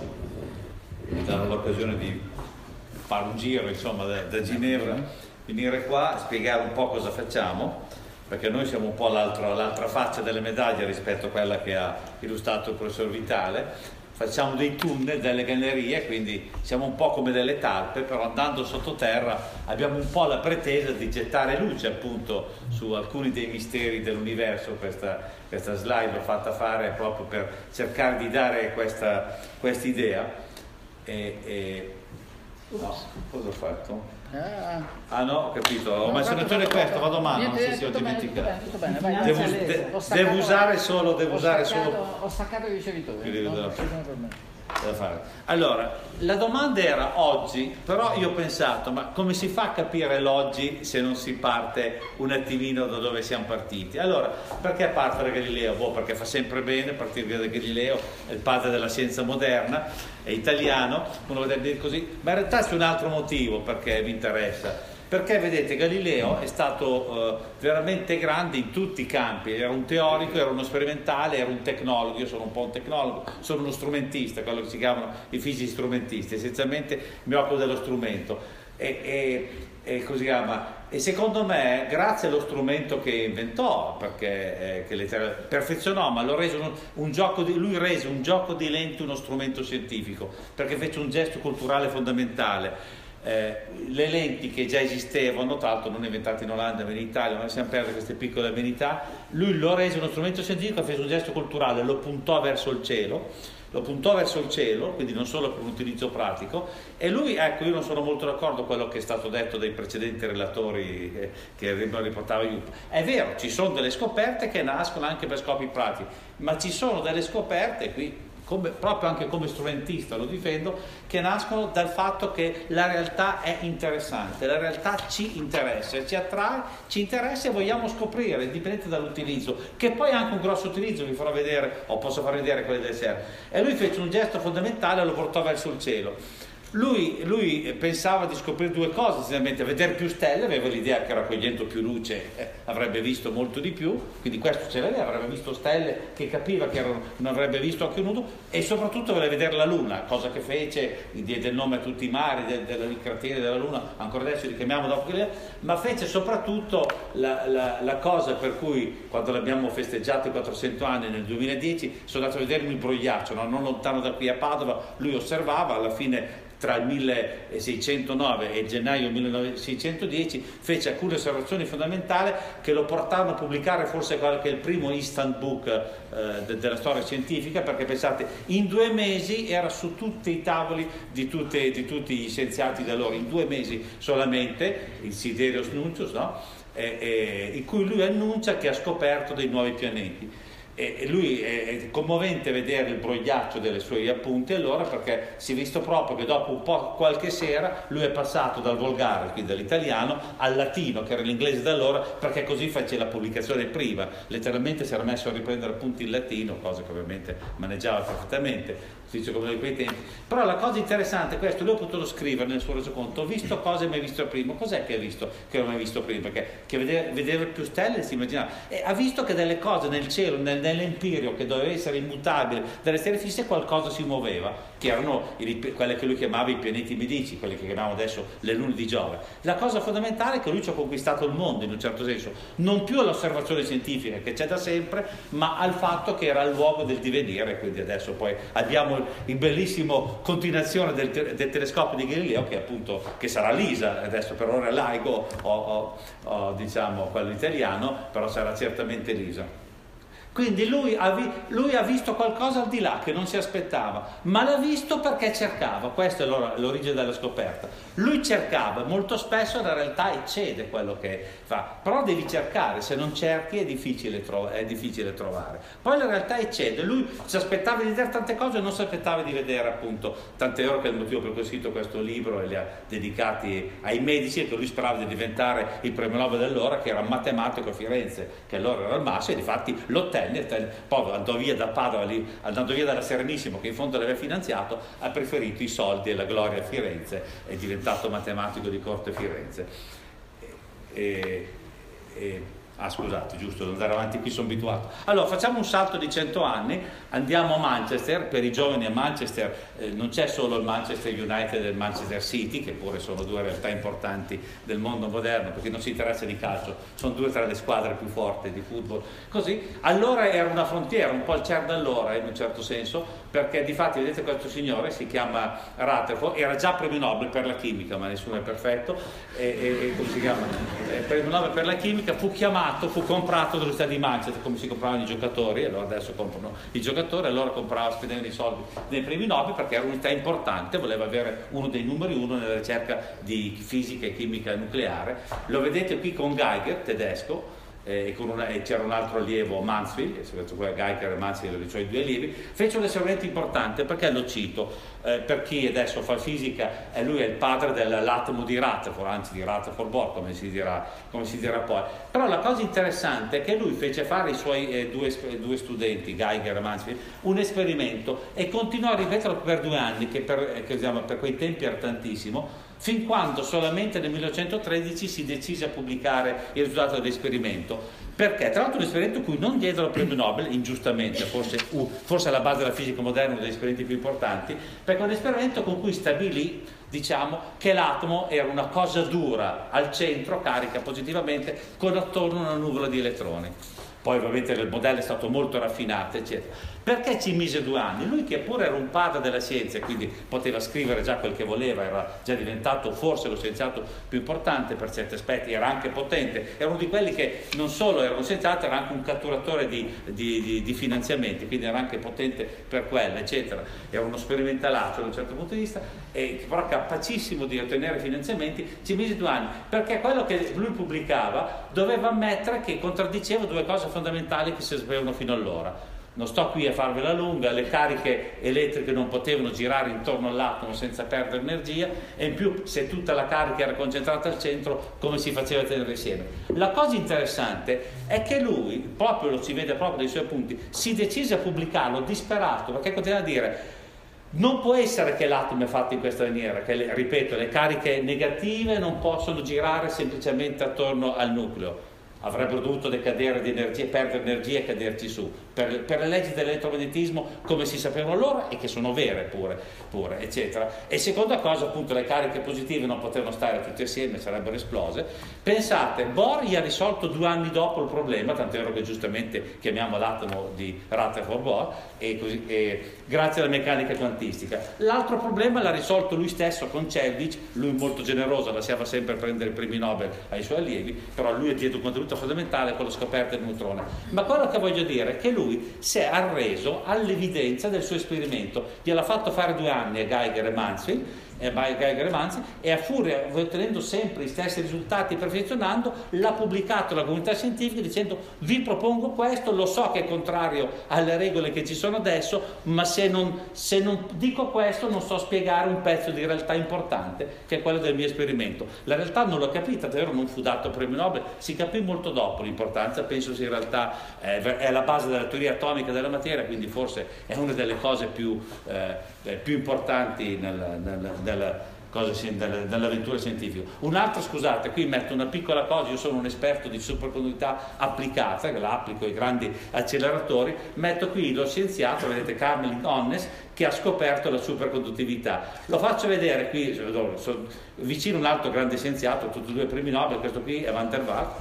mi danno l'occasione di fare un giro insomma da, da Ginevra, venire qua, spiegare un po' cosa facciamo, perché noi siamo un po' l'altra, l'altra faccia delle medaglie rispetto a quella che ha illustrato il professor Vitale. Facciamo dei tunnel, delle gallerie, quindi siamo un po' come delle talpe, però andando sottoterra abbiamo un po' la pretesa di gettare luce appunto su alcuni dei misteri dell'universo. Questa, questa slide l'ho fatta fare proprio per cercare di dare questa idea. E, e... No, cosa ho fatto? Ah, ah no, ho capito, ho menzionato questo, vado a mano, non so se ho dimenticato. Tutto bene, vai. Devo, de, devo usare solo, devo usare staccato, solo... Ho staccato i ricevitori. No, non da fare. Allora, la domanda era oggi, però io ho pensato, ma come si fa a capire l'oggi se non si parte un attimino da dove siamo partiti? Allora, perché parte da Galileo? Boh, perché fa sempre bene partire da Galileo, è il padre della scienza moderna, è italiano, uno potrebbe dire così, ma in realtà c'è un altro motivo perché mi interessa. Perché vedete, Galileo è stato eh, veramente grande in tutti i campi, era un teorico, era uno sperimentale, era un tecnologo. Io sono un po' un tecnologo, sono uno strumentista, quello che si chiamano i fisici strumentisti, essenzialmente mi occupo dello strumento e, e, e così chiama. E secondo me, grazie allo strumento che inventò, perché eh, che le perfezionò, ma lo rese un, un gioco di, lui rese un gioco di lenti uno strumento scientifico, perché fece un gesto culturale fondamentale. Eh, le lenti che già esistevano, tra l'altro non inventate in Olanda ma in Italia, non lasciamo perdere queste piccole amenità, lui lo rese uno strumento scientifico, fece un gesto culturale, lo puntò verso il cielo, lo puntò verso il cielo, quindi non solo per un utilizzo pratico. E lui, ecco, io non sono molto d'accordo con quello che è stato detto dai precedenti relatori eh, che riportava io. È vero, ci sono delle scoperte che nascono anche per scopi pratici, ma ci sono delle scoperte qui, Come, proprio anche come strumentista lo difendo, che nascono dal fatto che la realtà è interessante, la realtà ci interessa, ci attrae, ci interessa e vogliamo scoprire, indipendente dall'utilizzo, che poi ha anche un grosso utilizzo, vi farò vedere, o posso far vedere quelli del serra. E lui fece un gesto fondamentale e lo portò verso il cielo. Lui, lui pensava di scoprire due cose, essenzialmente vedere più stelle, aveva l'idea che raccogliendo più luce eh, avrebbe visto molto di più, quindi questo ce l'aveva, avrebbe visto stelle che capiva che erano, non avrebbe visto anche nudo, e soprattutto voleva vedere la Luna, cosa che fece, diede il nome a tutti i mari, dei de, de, crateri della Luna, ancora adesso li chiamiamo dopo che, ma fece soprattutto la, la, la cosa per cui quando l'abbiamo festeggiato i quattrocento anni nel duemiladieci sono andato a vedermi il Brogliaccio, no? Non lontano da qui a Padova, lui osservava, alla fine tra il milleseicentonove e il gennaio milleseicentodieci fece alcune osservazioni fondamentali che lo portarono a pubblicare forse qualche il primo instant book eh, de, della storia scientifica, perché pensate, in due mesi era su tutti i tavoli di, tutte, di tutti gli scienziati da allora, in due mesi solamente, il Sidereus Nuncius, no? e, e, in cui lui annuncia che ha scoperto dei nuovi pianeti. E lui è commovente vedere il brogliaccio dei suoi appunti allora, perché si è visto proprio che dopo un po' qualche sera lui è passato dal volgare, quindi dall'italiano, al latino, che era l'inglese da allora, perché così fece la pubblicazione prima, letteralmente si era messo a riprendere appunti in latino, cosa che ovviamente maneggiava perfettamente, come di quei tempi. Però la cosa interessante è questo, lui ha potuto scrivere nel suo resoconto: ho visto cose mai visto prima. Cos'è che ha visto che non hai visto prima? Perché che vedere, vedere più stelle si immaginava, e ha visto che delle cose nel cielo, nel nell'empirio che doveva essere immutabile dalle stelle fisse qualcosa si muoveva, che erano i, quelle che lui chiamava i pianeti medici, quelli che chiamiamo adesso le lune di Giove. La cosa fondamentale è che lui ci ha conquistato il mondo in un certo senso, non più all'osservazione scientifica che c'è da sempre, ma al fatto che era il luogo del divenire. Quindi adesso poi abbiamo il bellissimo continuazione del, del telescopio di Galileo, che appunto che sarà l'ISA, adesso per ora è l'AIGO o, o, o diciamo quello italiano, però sarà certamente l'ISA. Quindi lui ha, vi, lui ha visto qualcosa al di là che non si aspettava, ma l'ha visto perché cercava. Questa è l'origine della scoperta. Lui cercava, molto spesso la realtà eccede quello che fa, però devi cercare, se non cerchi è difficile, tro- è difficile trovare. Poi la realtà eccede, lui si aspettava di vedere tante cose e non si aspettava di vedere appunto, tant'è vero che è il motivo per cui ho scritto questo libro e li ha dedicati ai medici, e che lui sperava di diventare il premio Nobel dell'ora, che era matematico a Firenze, che allora era il massimo, e difatti l'ottenne. Poi andò via da Padova, lì, andando via dalla Serenissimo, che in fondo l'aveva finanziato, ha preferito i soldi e la gloria a Firenze, è diventato matematico di corte Firenze. E, e, ah scusate, giusto, devo andare avanti, qui sono abituato. Allora facciamo un salto di cento anni, andiamo a Manchester. Per i giovani a Manchester eh, non c'è solo il Manchester United e il Manchester City, che pure sono due realtà importanti del mondo moderno, perché non si interessa di calcio, sono due tra le squadre più forti di football. Così, allora era una frontiera, un po' il cielo d'allora in un certo senso, perché difatti vedete questo signore, si chiama Rutherford, era già premio Nobel per la chimica, ma nessuno è perfetto, e, e, e come si chiama? Eh, premio Nobel per la chimica, fu chiamato, fu comprato dall'Università di Manchester, come si compravano i giocatori, allora adesso comprano i giocatori, allora comprava, spendendo i soldi nei premi Nobel, perché era un'unità importante, voleva avere uno dei numeri uno nella ricerca di fisica e chimica nucleare. Lo vedete qui con Geiger, tedesco, e eh, c'era un altro allievo, Mansfield, Geiger e Mansfield, cioè i due allievi, fece un esperimento importante. Perché lo cito? Eh, per chi adesso fa fisica, eh, lui è il padre dell'atomo di Rutherford, anzi di Rutherford-Bohr, come si dirà, come si dirà poi. Però la cosa interessante è che lui fece fare ai suoi eh, due, due studenti, Geiger e Mansfield, un esperimento, e continuò a ripeterlo per due anni, che per, eh, che, diciamo, per quei tempi era tantissimo, fin quando solamente nel millenovecentotredici si decise a pubblicare il risultato dell'esperimento. Perché? Tra l'altro un esperimento cui non diedero il premio Nobel, ingiustamente, forse, uh, forse alla base della fisica moderna, uno degli esperimenti più importanti, perché è un esperimento con cui stabilì, diciamo, che l'atomo era una cosa dura, al centro, carica positivamente, con attorno una nuvola di elettroni. Poi ovviamente il modello è stato molto raffinato, eccetera. Perché ci mise due anni? Lui, che pure era un padre della scienza e quindi poteva scrivere già quel che voleva, era già diventato forse lo scienziato più importante per certi aspetti, era anche potente, era uno di quelli che non solo era un scienziato, era anche un catturatore di, di, di, di finanziamenti, quindi era anche potente per quello, eccetera. Era uno sperimentalaccio da un certo punto di vista, e però capacissimo di ottenere finanziamenti. Ci mise due anni, perché quello che lui pubblicava doveva ammettere che contraddiceva due cose fondamentali che si sapevano fino allora. Non sto qui a farvela lunga, le cariche elettriche non potevano girare intorno all'atomo senza perdere energia, e in più, se tutta la carica era concentrata al centro, come si faceva a tenere insieme? La cosa interessante è che lui, proprio lo si vede proprio dai suoi appunti, si decise a pubblicarlo disperato, perché continua a dire: non può essere che l'atomo è fatto in questa maniera, che le, ripeto, le cariche negative non possono girare semplicemente attorno al nucleo, avrebbero dovuto decadere di energia, perdere energia e caderci su, per, per le leggi dell'elettromagnetismo come si sapevano allora, e che sono vere pure, pure, eccetera. E seconda cosa, appunto, le cariche positive non potevano stare tutte assieme, sarebbero esplose. Pensate, Bohr gli ha risolto due anni dopo il problema, tant'è vero che giustamente chiamiamo l'atomo di Rutherford-Bohr, e così, e grazie alla meccanica quantistica. L'altro problema l'ha risolto lui stesso con Chladnick, lui molto generoso, lasciava sempre prendere i premi Nobel ai suoi allievi, però lui ha dato un contributo fondamentale con la scoperta del neutrone. Ma quello che voglio dire è che lui si è arreso all'evidenza del suo esperimento, gliel'ha fatto fare due anni a Geiger e Mansfield, e Geiger e Mansfield, e a furia, ottenendo sempre gli stessi risultati, perfezionando, l'ha pubblicato alla comunità scientifica dicendo: vi propongo questo, lo so che è contrario alle regole che ci sono adesso, ma se non, se non dico questo non so spiegare un pezzo di realtà importante, che è quello del mio esperimento. La realtà non l'ho capita, davvero non fu dato il premio Nobel, si capì molto dopo l'importanza, penso sia in realtà eh, è la base della teoria atomica della materia, quindi forse è una delle cose più, eh, più importanti nel, nel, nel, cose dell'avventura scientifica. Un altro, scusate, qui metto una piccola cosa, io sono un esperto di superconduttività applicata, che la applico ai grandi acceleratori, metto qui lo scienziato, vedete, Carmelin Onnes, che ha scoperto la superconduttività. Lo faccio vedere qui, sono vicino un altro grande scienziato, tutti e due premi Nobel, questo qui è Van der Waals.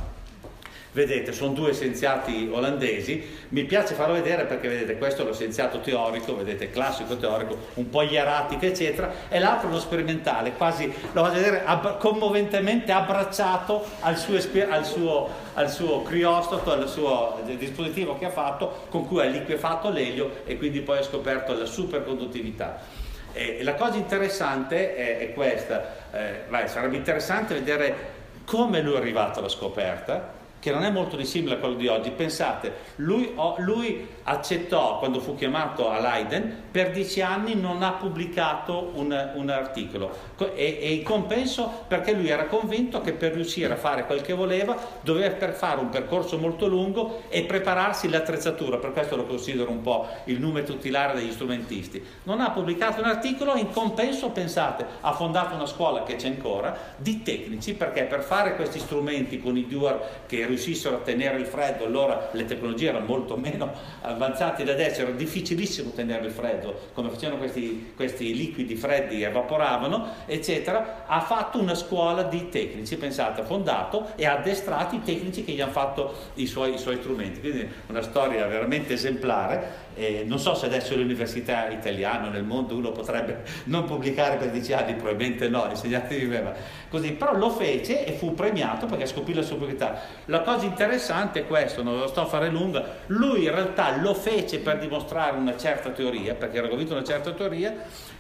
Vedete, sono due scienziati olandesi, mi piace farlo vedere perché vedete, questo è lo scienziato teorico, vedete, classico teorico, un po' ieratica eccetera, e l'altro uno sperimentale, quasi, lo faccio vedere, ab- commoventemente abbracciato al suo, esper- al suo, al suo criostato, al suo dispositivo che ha fatto, con cui ha liquefatto l'elio e quindi poi ha scoperto la superconduttività. E la cosa interessante è, è questa, eh, vai, sarebbe interessante vedere come lui è arrivato alla scoperta, che non è molto dissimile a quello di oggi. Pensate, lui, lui accettò, quando fu chiamato a Leiden, per dieci anni non ha pubblicato un, un articolo, e, e in compenso perché lui era convinto che per riuscire a fare quel che voleva doveva per fare un percorso molto lungo e prepararsi l'attrezzatura. Per questo lo considero un po' il nume tutelare degli strumentisti. Non ha pubblicato un articolo, in compenso, pensate, ha fondato una scuola che c'è ancora di tecnici, perché per fare questi strumenti con i Dewar che riuscissero a tenere il freddo, allora le tecnologie erano molto meno avanzate da adesso, era difficilissimo tenere il freddo, come facevano questi, questi liquidi freddi, evaporavano eccetera. Ha fatto una scuola di tecnici, pensate, ha fondato e ha addestrato i tecnici che gli hanno fatto i suoi, i suoi strumenti, quindi una storia veramente esemplare. Eh, non so se adesso le università italiane nel mondo uno potrebbe non pubblicare per dieci anni, probabilmente no, insegnante viveva così, però lo fece e fu premiato perché scoprì la superiorità. La cosa interessante è questo, non lo sto a fare lunga, lui in realtà lo fece per dimostrare una certa teoria, perché era convinto una certa teoria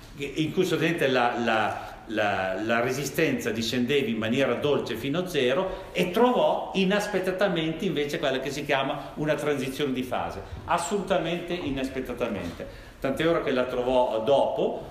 in cui solamente la, la La, la resistenza discendeva in maniera dolce fino a zero, e trovò inaspettatamente invece quella che si chiama una transizione di fase, assolutamente inaspettatamente, tant'è vero che la trovò dopo.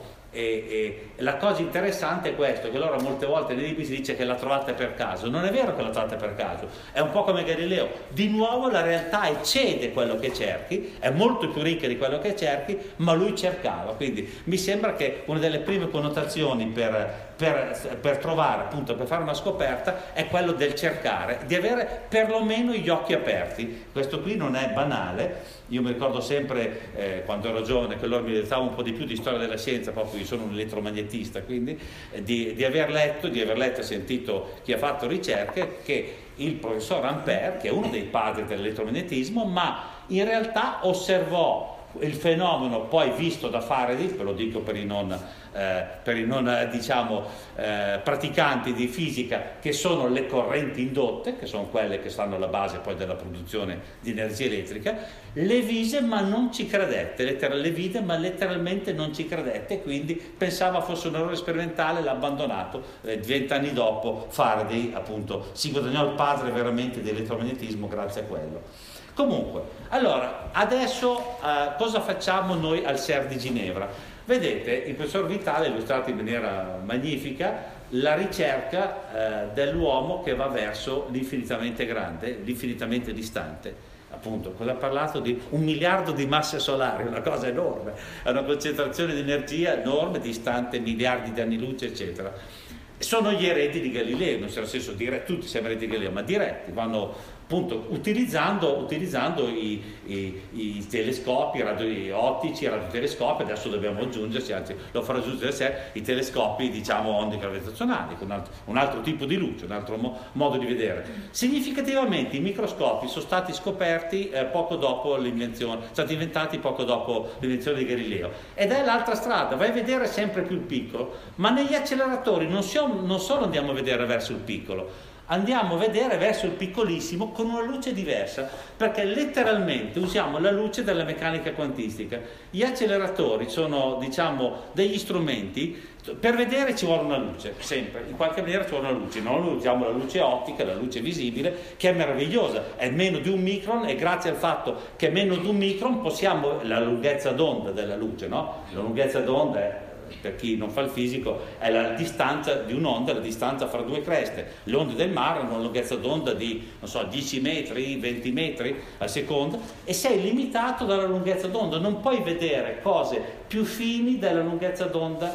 E, e la cosa interessante è questo, che allora molte volte nei libri si dice che l'ha trovata per caso. Non è vero che l'ha trovata per caso, è un po' come Galileo, di nuovo la realtà eccede quello che cerchi, è molto più ricca di quello che cerchi, ma lui cercava. Quindi mi sembra che una delle prime connotazioni per, per, per trovare, appunto, per fare una scoperta, è quello del cercare, di avere perlomeno gli occhi aperti. Questo qui non è banale. Io mi ricordo sempre, eh, quando ero giovane, che loro mi dedicavo un po' di più di storia della scienza, proprio io sono un elettromagnetista, quindi eh, di, di aver letto, di aver letto e sentito chi ha fatto ricerche, che il professor Ampère, che è uno dei padri dell'elettromagnetismo, ma in realtà osservò il fenomeno poi visto da Faraday, ve lo dico per i non, eh, per i non eh, diciamo eh, praticanti di fisica, che sono le correnti indotte, che sono quelle che stanno alla base poi della produzione di energia elettrica. Le vise ma non ci credette, letteral, le vide ma letteralmente non ci credette, quindi pensava fosse un errore sperimentale, l'ha abbandonato. eh, vent'anni dopo Faraday appunto si guadagnò il padre veramente dell'elettromagnetismo grazie a quello. Comunque, allora, adesso eh, cosa facciamo noi al S E R di Ginevra? Vedete, il professor Vitale ha illustrato in maniera magnifica la ricerca eh, dell'uomo che va verso l'infinitamente grande, l'infinitamente distante. Appunto, cosa ha parlato di un miliardo di masse solari, una cosa enorme, è una concentrazione di energia enorme, distante miliardi di anni luce, eccetera. Sono gli eredi di Galileo, non c'è il senso dire tutti siamo eredi di Galileo, ma diretti, vanno appunto utilizzando, utilizzando i, i, i telescopi radio, ottici, i radiotelescopi. Adesso dobbiamo aggiungerci, anzi lo farò aggiungere sé, i telescopi, diciamo, onde gravitazionali, con un altro, un altro tipo di luce, un altro mo, modo di vedere. Significativamente i microscopi sono stati scoperti eh, poco dopo l'invenzione, sono stati inventati poco dopo l'invenzione di Galileo, ed è l'altra strada, vai a vedere sempre più il piccolo, ma negli acceleratori non, siamo, non solo andiamo a vedere verso il piccolo, andiamo a vedere verso il piccolissimo con una luce diversa, perché letteralmente usiamo la luce della meccanica quantistica. Gli acceleratori sono, diciamo, degli strumenti, per vedere ci vuole una luce, sempre, in qualche maniera ci vuole una luce, non usiamo la luce ottica, la luce visibile, che è meravigliosa, è meno di un micron, e grazie al fatto che è meno di un micron possiamo, la lunghezza d'onda della luce, no? La lunghezza d'onda è, per chi non fa il fisico, è la distanza di un'onda, la distanza fra due creste. Le onde del mare hanno una lunghezza d'onda di, non so, dieci metri, venti metri al secondo, e sei limitato dalla lunghezza d'onda, non puoi vedere cose più fini della lunghezza d'onda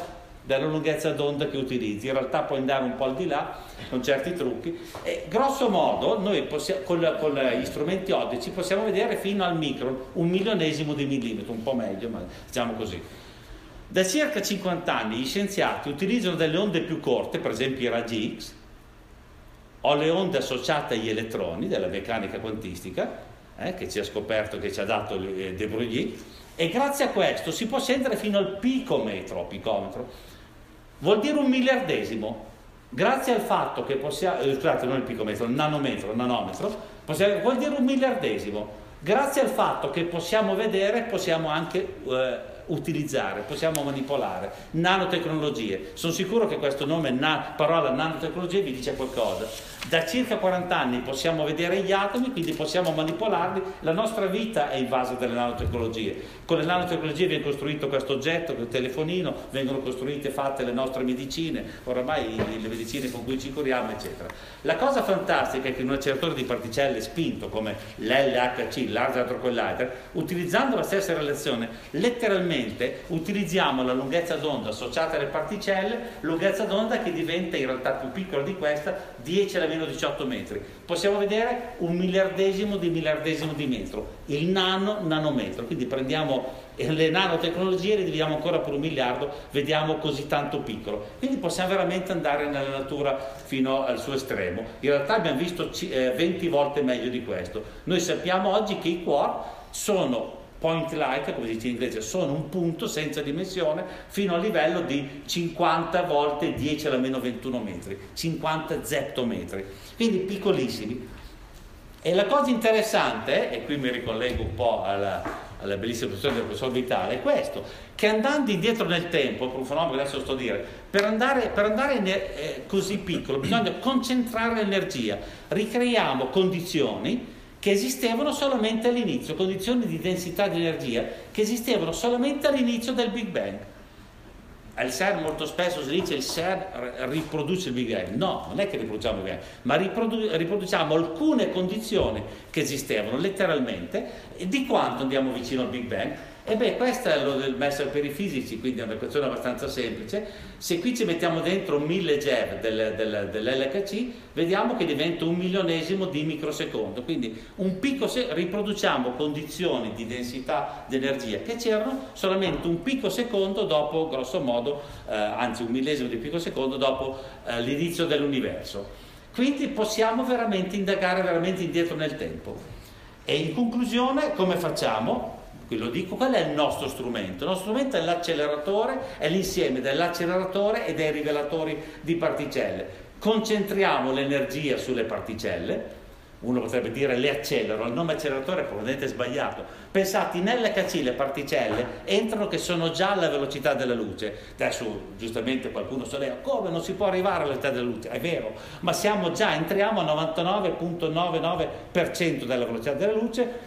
della lunghezza d'onda che utilizzi. In realtà puoi andare un po' al di là con certi trucchi e grosso modo noi possiamo, con, con gli strumenti ottici possiamo vedere fino al micron, un milionesimo di millimetro, un po' meglio, ma diciamo così. Da circa cinquanta anni gli scienziati utilizzano delle onde più corte, per esempio i raggi X o le onde associate agli elettroni della meccanica quantistica, eh, che ci ha scoperto, che ci ha dato De Broglie, e grazie a questo si può scendere fino al picometro, picometro vuol dire un miliardesimo, grazie al fatto che possiamo, eh, scusate, non il picometro, il nanometro, il nanometro, possiamo, vuol dire un miliardesimo, grazie al fatto che possiamo vedere, possiamo anche eh, utilizzare, possiamo manipolare nanotecnologie. Sono sicuro che questo nome, na, parola nanotecnologie, vi dice qualcosa. Da circa quaranta anni possiamo vedere gli atomi, quindi possiamo manipolarli. La nostra vita è invasa dalle nanotecnologie. Con le nanotecnologie viene costruito questo oggetto, il telefonino, vengono costruite e fatte le nostre medicine, oramai le medicine con cui ci curiamo, eccetera. La cosa fantastica è che in un acceleratore di particelle spinto come l'L H C, Large Hadron Collider, utilizzando la stessa relazione, letteralmente utilizziamo la lunghezza d'onda associata alle particelle, lunghezza d'onda che diventa in realtà più piccola di questa, dieci alla meno diciotto metri. Possiamo vedere un miliardesimo di miliardesimo di metro, il nano nanometro. Quindi prendiamo le nanotecnologie, le dividiamo ancora per un miliardo, vediamo così tanto piccolo. Quindi possiamo veramente andare nella natura fino al suo estremo. In realtà abbiamo visto venti volte meglio di questo. Noi sappiamo oggi che i quark sono point light, come si dice in inglese, sono un punto senza dimensione fino a livello di cinquanta volte dieci alla meno ventuno metri, cinquanta zeptometri, quindi piccolissimi. E la cosa interessante, e qui mi ricollego un po' alla, alla bellissima professione del professor Vitale, è questo, che andando indietro nel tempo, per un fenomeno che adesso sto a dire, per andare, per andare in, eh, così piccolo bisogna concentrare l'energia, ricreiamo condizioni che esistevano solamente all'inizio, condizioni di densità di energia che esistevano solamente all'inizio del Big Bang. Al CERN molto spesso si dice il CERN riproduce il Big Bang. No, non è che riproduciamo il Big Bang, ma riprodu- riproduciamo alcune condizioni che esistevano letteralmente. E di quanto andiamo vicino al Big Bang? E beh, questo è lo del messo per i fisici, quindi è una questione abbastanza semplice. Se qui ci mettiamo dentro un mille GeV del, del, dell'L H C, vediamo che diventa un milionesimo di microsecondo. Quindi un picco, se riproduciamo condizioni di densità di energia che c'erano solamente un picosecondo dopo, grosso modo, eh, anzi un millesimo di picosecondo dopo eh, l'inizio dell'universo. Quindi possiamo veramente indagare veramente indietro nel tempo. E in conclusione, come facciamo? Qui lo dico, qual è il nostro strumento? Il nostro strumento è l'acceleratore, è l'insieme dell'acceleratore e dei rivelatori di particelle. Concentriamo l'energia sulle particelle, uno potrebbe dire le accelero, il nome acceleratore è probabilmente sbagliato. Pensate, in L H C le particelle entrano che sono già alla velocità della luce. Adesso giustamente qualcuno solleva, come non si può arrivare alla velocità della luce? È vero, ma siamo già, entriamo a novantanove virgola novantanove per cento della velocità della luce.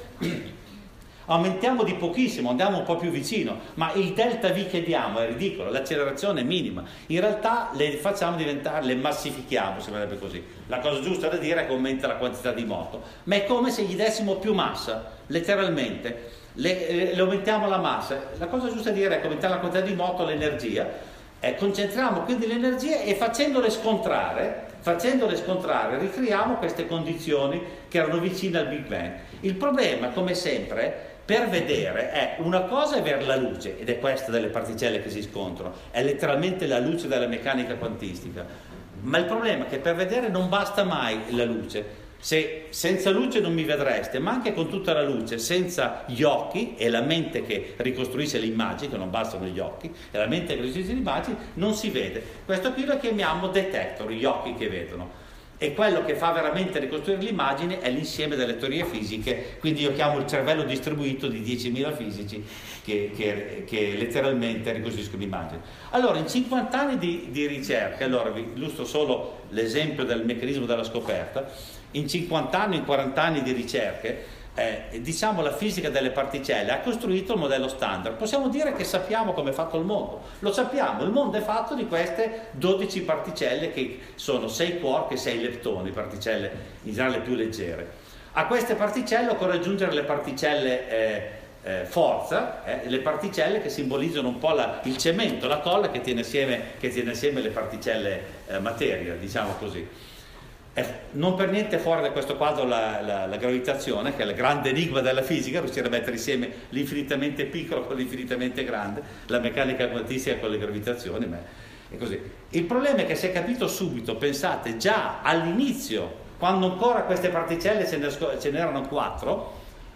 Aumentiamo di pochissimo, andiamo un po' più vicino, ma il delta V che diamo è ridicolo, l'accelerazione è minima. In realtà le facciamo diventare, le massifichiamo, si vedrebbe così. La cosa giusta da dire è che aumenta la quantità di moto, ma è come se gli dessimo più massa, letteralmente, le, le aumentiamo la massa. La cosa giusta da dire è che aumentare la quantità di moto, l'energia, eh, concentriamo quindi l'energia e facendole scontrare, facendole scontrare ricreiamo queste condizioni che erano vicine al Big Bang. Il problema, come sempre, per vedere è una cosa è avere la luce, ed è questa delle particelle che si scontrano, è letteralmente la luce della meccanica quantistica, ma il problema è che per vedere non basta mai la luce. Se senza luce non mi vedreste, ma anche con tutta la luce, senza gli occhi e la mente che ricostruisce le immagini, che non bastano gli occhi, e la mente che ricostruisce le immagini, non si vede. Questo qui lo chiamiamo detector, gli occhi che vedono. E quello che fa veramente ricostruire l'immagine è l'insieme delle teorie fisiche, quindi io chiamo il cervello distribuito di diecimila fisici che, che, che letteralmente ricostruiscono l'immagine. Allora, in cinquanta anni di, di ricerca, allora vi illustro solo l'esempio del meccanismo della scoperta, in cinquanta anni, in quaranta anni di ricerche, eh, diciamo la fisica delle particelle ha costruito il modello standard. Possiamo dire che sappiamo come è fatto il mondo, lo sappiamo, il mondo è fatto di queste dodici particelle che sono sei quark e sei leptoni, particelle in generale più leggere. A queste particelle occorre aggiungere le particelle eh, eh, forza, eh, le particelle che simbolizzano un po' la, il cemento, la colla che tiene assieme, che tiene assieme le particelle eh, materia, diciamo così. Eh, non per niente fuori da questo quadro la, la, la gravitazione, che è il grande enigma della fisica, riuscire a mettere insieme l'infinitamente piccolo con l'infinitamente grande, la meccanica quantistica con le gravitazioni, ma è così. Il problema è che si è capito subito, pensate, già all'inizio, quando ancora queste particelle ce, ne, ce n'erano quattro,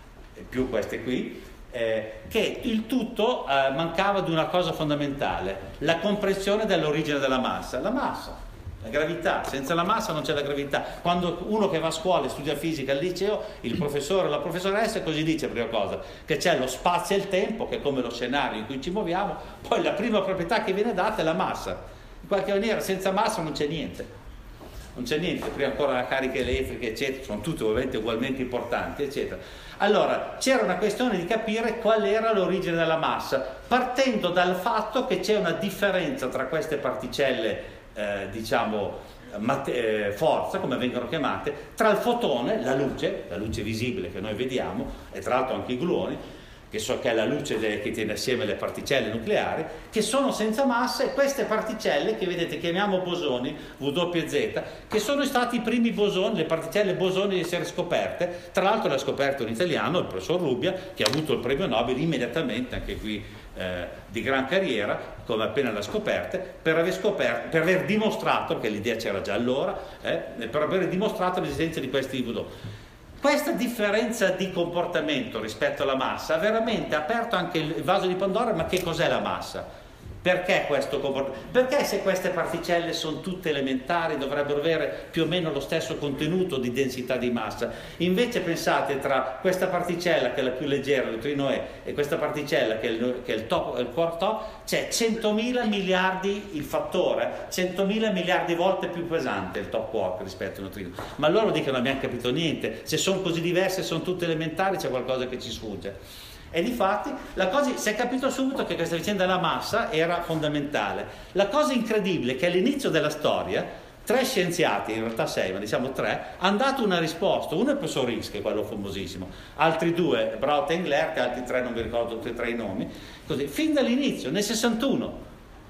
più queste qui, eh, che il tutto eh, mancava di una cosa fondamentale, la comprensione dell'origine della massa. La massa, la gravità, senza la massa non c'è la gravità. Quando uno che va a scuola e studia fisica al liceo, il professore o la professoressa così dice, prima cosa, che c'è lo spazio e il tempo, che è come lo scenario in cui ci muoviamo, poi la prima proprietà che viene data è la massa. In qualche maniera senza massa non c'è niente, non c'è niente, prima ancora la carica elettrica eccetera, sono tutte ovviamente ugualmente importanti eccetera. Allora c'era una questione di capire qual era l'origine della massa, partendo dal fatto che c'è una differenza tra queste particelle Eh, diciamo mate- eh, forza, come vengono chiamate, tra il fotone, la luce, la luce visibile che noi vediamo, e tra l'altro anche i gluoni, che, so, che è la luce de- che tiene assieme le particelle nucleari, che sono senza massa, e queste particelle che vedete chiamiamo bosoni, W Z, che sono stati i primi bosoni, le particelle bosoni di essere scoperte. Tra l'altro l'ha scoperto un italiano, il professor Rubbia, che ha avuto il premio Nobel immediatamente, anche qui eh, di gran carriera, come appena l'ha scoperta, per aver scoperto, per aver dimostrato, perché l'idea c'era già allora, eh, per aver dimostrato l'esistenza di questi W. Questa differenza di comportamento rispetto alla massa ha veramente aperto anche il vaso di Pandora. Ma che cos'è la massa? Perché questo comportamento? Perché se queste particelle sono tutte elementari dovrebbero avere più o meno lo stesso contenuto di densità di massa? Invece pensate, tra questa particella che è la più leggera, il neutrino E, e questa particella che è il, che è il, top, il quark top, c'è centomila miliardi il fattore, centomila miliardi volte più pesante il top quark rispetto al neutrino. Ma loro dicono che non abbiamo capito niente, se sono così diverse, sono tutte elementari, c'è qualcosa che ci sfugge. E difatti la cosa, si è capito subito che questa vicenda della massa era fondamentale. La cosa incredibile è che all'inizio della storia tre scienziati, in realtà sei, ma diciamo tre, hanno dato una risposta. Uno è il professor Higgs, che è quello famosissimo, altri due, Braut e Engler, che altri tre non vi ricordo tutti e tre i nomi, così, fin dall'inizio, nel sessantuno.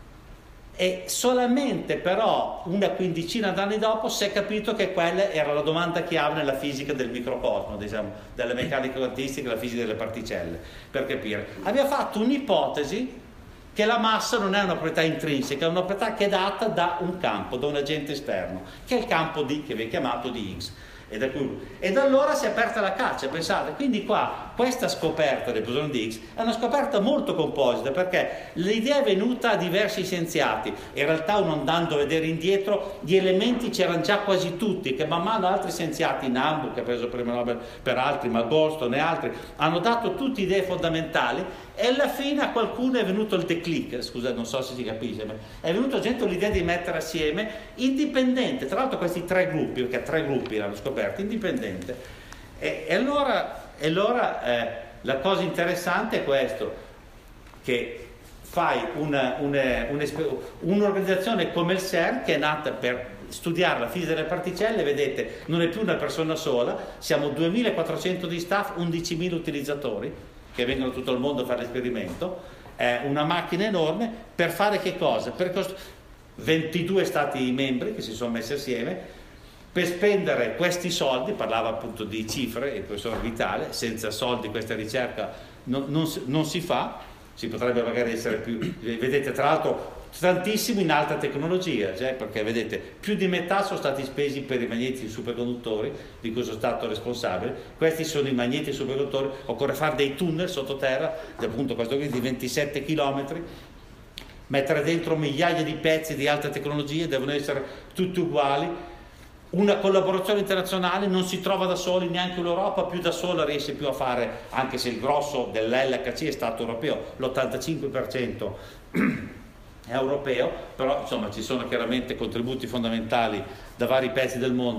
E solamente però una quindicina d'anni dopo si è capito che quella era la domanda chiave nella fisica del microcosmo, diciamo, della meccanica quantistica e della fisica delle particelle, per capire. Aveva fatto un'ipotesi che la massa non è una proprietà intrinseca, è una proprietà che è data da un campo, da un agente esterno, che è il campo D, che viene chiamato di Higgs. E da, cui, e da allora si è aperta la caccia, pensate. Quindi qua questa scoperta del bosone di Higgs è una scoperta molto composita, perché l'idea è venuta a diversi scienziati. In realtà, uno andando a vedere indietro, gli elementi c'erano già quasi tutti, che man mano altri scienziati, Nambu che ha preso il premio Nobel per altri, ma Goldstone e altri, hanno dato tutte idee fondamentali, e alla fine a qualcuno è venuto il declic, scusa, non so se si capisce, ma è venuto gente l'idea di mettere assieme indipendente, tra l'altro questi tre gruppi, perché tre gruppi l'hanno scoperto, indipendente. E, e allora, e allora eh, la cosa interessante è questo, che fai una, una, una, un'organizzazione come il CERN, che è nata per studiare la fisica delle particelle. Vedete, non è più una persona sola, siamo duemilaquattrocento di staff, undicimila utilizzatori che vengono da tutto il mondo a fare l'esperimento. È una macchina enorme per fare che cosa? Per cost- ventidue stati membri che si sono messi assieme per spendere questi soldi. Parlava appunto di cifre il professor Vitale, senza soldi questa ricerca non, non, non si fa, si potrebbe magari essere più, vedete, tra l'altro tantissimo in alta tecnologia, cioè, perché vedete più di metà sono stati spesi per i magneti superconduttori di cui sono stato responsabile. Questi sono i magneti superconduttori, occorre fare dei tunnel sottoterra, appunto questo qui di ventisette chilometri, mettere dentro migliaia di pezzi di alta tecnologia, devono essere tutti uguali. Una collaborazione internazionale, non si trova da soli, neanche l'Europa più da sola riesce più a fare, anche se il grosso dell'L H C è stato europeo, l'ottantacinque per cento è europeo, però insomma ci sono chiaramente contributi fondamentali da vari pezzi del mondo.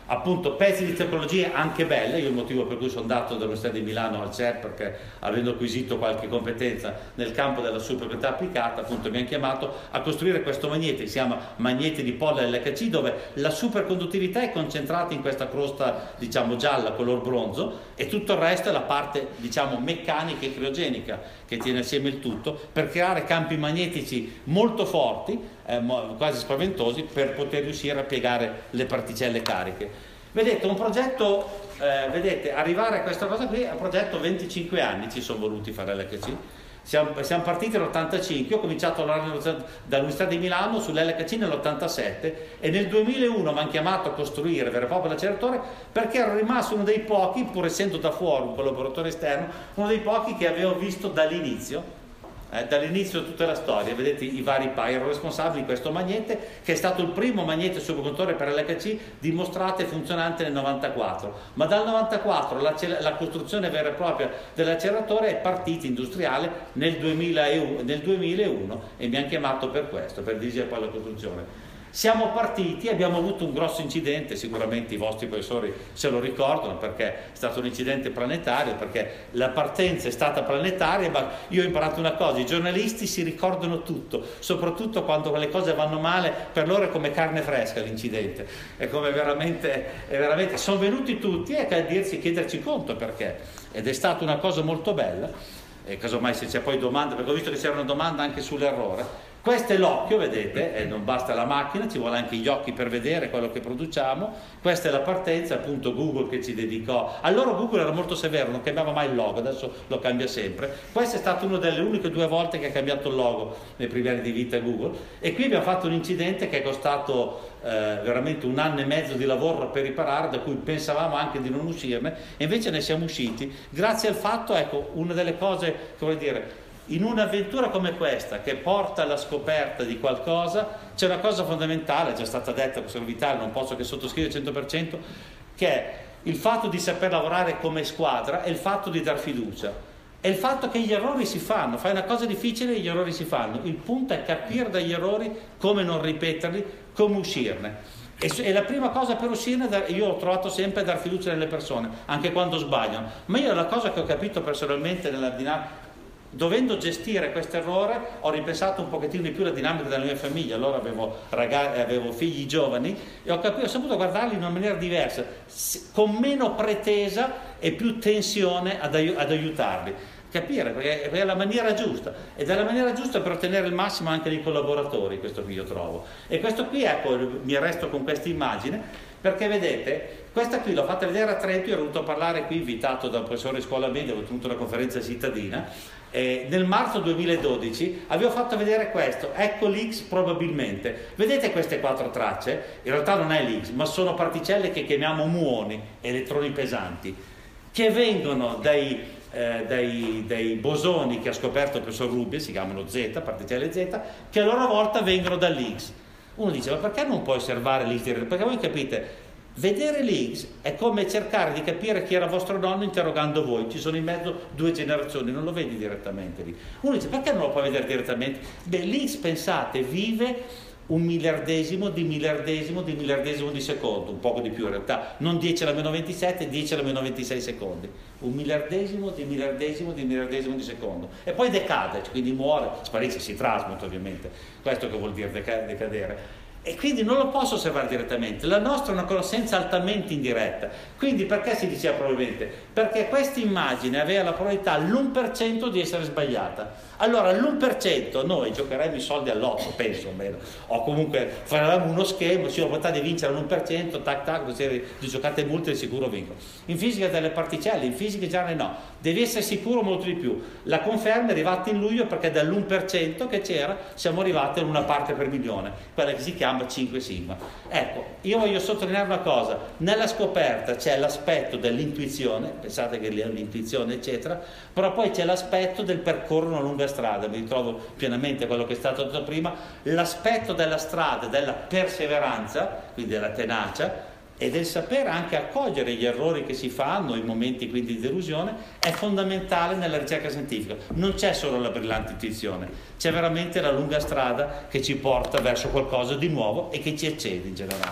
appunto pezzi di tecnologie anche belle. Io il motivo per cui sono andato dall'Università di Milano al C E R, perché avendo acquisito qualche competenza nel campo della supercriticità applicata, appunto mi hanno chiamato a costruire questo magnete, si chiama magnete di Polla L H C, dove la superconduttività è concentrata in questa crosta, diciamo, gialla color bronzo, e tutto il resto è la parte, diciamo, meccanica e criogenica che tiene assieme il tutto per creare campi magnetici molto forti, eh, quasi spaventosi, per poter riuscire a piegare le particelle cariche. Vedete, un progetto, eh, vedete, arrivare a questa cosa qui è un progetto venticinque anni ci sono voluti fare l'L H C. Siamo, siamo partiti nell'ottantacinque, ho cominciato a lavorare dall'Università di Milano sull'L H C nell'ottantasette, e nel duemilauno mi hanno chiamato a costruire vero e proprio l'acceleratore, perché ero rimasto uno dei pochi, pur essendo da fuori un collaboratore esterno, uno dei pochi che avevo visto dall'inizio. Eh, dall'inizio di tutta la storia, vedete i vari pai, ero responsabile di questo magnete, che è stato il primo magnete superconduttore per l'L H C dimostrato e funzionante nel novantaquattro, ma dal novantaquattro la, la costruzione vera e propria dell'acceleratore è partita industriale nel duemilauno, nel duemilauno, e mi hanno chiamato per questo, per dirigere poi la costruzione. Siamo partiti, abbiamo avuto un grosso incidente, sicuramente i vostri professori se lo ricordano, perché è stato un incidente planetario, perché la partenza è stata planetaria, ma io ho imparato una cosa: i giornalisti si ricordano tutto, soprattutto quando le cose vanno male, per loro è come carne fresca l'incidente, è come veramente, è veramente sono venuti tutti e a dirsi, chiederci conto perché, ed è stata una cosa molto bella, e casomai se c'è poi domanda, perché ho visto che c'era una domanda anche sull'errore. Questo è l'occhio, vedete, e non basta la macchina, ci vuole anche gli occhi per vedere quello che produciamo. Questa è la partenza, appunto Google che ci dedicò. Allora Google era molto severo, non cambiava mai il logo, adesso lo cambia sempre. Questa è stata una delle uniche due volte che ha cambiato il logo nei primi anni di vita Google, e qui abbiamo fatto un incidente che è costato eh, veramente un anno e mezzo di lavoro per riparare, da cui pensavamo anche di non uscirne, e invece ne siamo usciti grazie al fatto, ecco, una delle cose che vuol dire, in un'avventura come questa che porta alla scoperta di qualcosa, c'è una cosa fondamentale, è già stata detta, professor Vitale, non posso che sottoscrivere al cento per cento, che è il fatto di saper lavorare come squadra e il fatto di dar fiducia. E il fatto che gli errori si fanno, fai una cosa difficile e gli errori si fanno. Il punto è capire dagli errori come non ripeterli, come uscirne. E, e la prima cosa per uscirne, io ho trovato sempre dar fiducia nelle persone, anche quando sbagliano. Ma io la cosa che ho capito personalmente nella dinamica, dovendo gestire questo errore, ho ripensato un pochettino di più la dinamica della mia famiglia. Allora avevo, ragazzi, avevo figli giovani e ho capito, ho saputo guardarli in una maniera diversa, con meno pretesa e più tensione ad, ai- ad aiutarli. Capire, perché è la maniera giusta, ed è la maniera giusta per ottenere il massimo anche dei collaboratori, questo qui io trovo. E questo qui, ecco, mi resto con questa immagine, perché vedete, questa qui l'ho fatta vedere a Trento, io ero venuto a parlare qui, invitato dal professore di scuola media, ho tenuto una conferenza cittadina, e nel marzo duemiladodici avevo fatto vedere questo, ecco l'X probabilmente. Vedete queste quattro tracce? In realtà non è l'X, ma sono particelle che chiamiamo muoni, elettroni pesanti, che vengono dai... Eh, dai, dai bosoni che ha scoperto il professor Rubbia, si chiamano Z, particelle Z, che a loro volta vengono dall'X. Uno dice, ma perché non puoi osservare l'X? Perché voi capite, vedere l'X è come cercare di capire chi era vostro nonno interrogando voi, ci sono in mezzo due generazioni, non lo vedi direttamente lì. Uno dice, perché non lo puoi vedere direttamente? Beh, l'X, pensate, vive un miliardesimo di miliardesimo di miliardesimo di secondo, un poco di più in realtà, non dieci alla meno ventisette, dieci alla meno ventisei secondi, un miliardesimo di miliardesimo di miliardesimo di secondo, e poi decade, quindi muore, sparisce, si trasmuta ovviamente, questo che vuol dire deca- decadere. E quindi non lo posso osservare direttamente, la nostra è una conoscenza altamente indiretta. Quindi perché si diceva probabilmente? Perché questa immagine aveva la probabilità l'uno per cento di essere sbagliata. Allora l'uno per cento noi giocheremo i soldi all'otto, penso o meno, o comunque faremo uno schema, si ho volontà di vincere all'uno per cento, tac tac, se giocate multe di sicuro vinco. In fisica delle particelle, in fisica generale no, devi essere sicuro molto di più. La conferma è arrivata in luglio perché dall'uno per cento che c'era siamo arrivati ad una parte per milione, quella che si chiama cinque sigma. Ecco, io voglio sottolineare una cosa, nella scoperta c'è l'aspetto dell'intuizione, pensate che l'intuizione eccetera, però poi c'è l'aspetto del percorrere una lunga strada, mi ritrovo pienamente quello che è stato detto prima, l'aspetto della strada, della perseveranza, quindi della tenacia, e del sapere anche accogliere gli errori che si fanno, i momenti quindi di delusione, è fondamentale nella ricerca scientifica. Non c'è solo la brillante intuizione, c'è veramente la lunga strada che ci porta verso qualcosa di nuovo e che ci eccede in generale.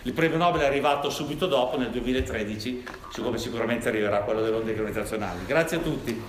Il premio Nobel è arrivato subito dopo, nel duemilatredici, siccome sicuramente arriverà quello delle onde gravitazionali. Grazie a tutti.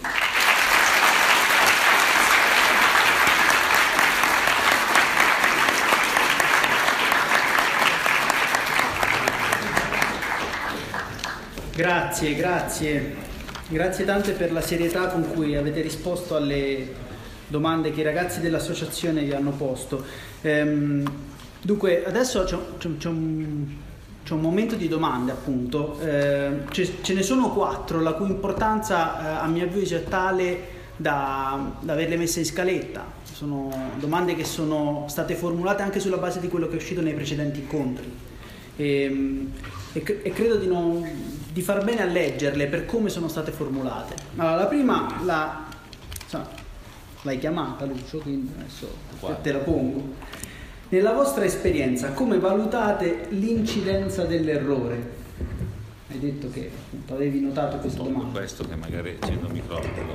Grazie, grazie. Grazie tante per la serietà con cui avete risposto alle domande che i ragazzi dell'associazione vi hanno posto. Ehm, dunque, adesso c'è, c'è, c'è, un, c'è un momento di domande, appunto. Eh, ce ne sono quattro, la cui importanza, eh, a mio avviso, è tale da, da averle messe in scaletta. Sono domande che sono state formulate anche sulla base di quello che è uscito nei precedenti incontri. E, e, e credo di, non, di far bene a leggerle per come sono state formulate. Allora, la prima la, insomma, l'hai chiamata, Lucio, quindi adesso te la pongo. Nella vostra esperienza, come valutate l'incidenza dell'errore? Hai detto che appunto, avevi notato questa domanda. Questo che magari accendo il microfono.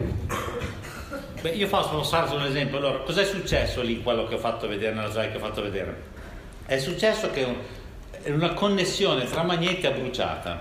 Beh, io faccio un esempio. Allora, cos'è successo lì, quello che ho fatto vedere nella slide che ho fatto vedere? È successo che una connessione tra magneti è bruciata.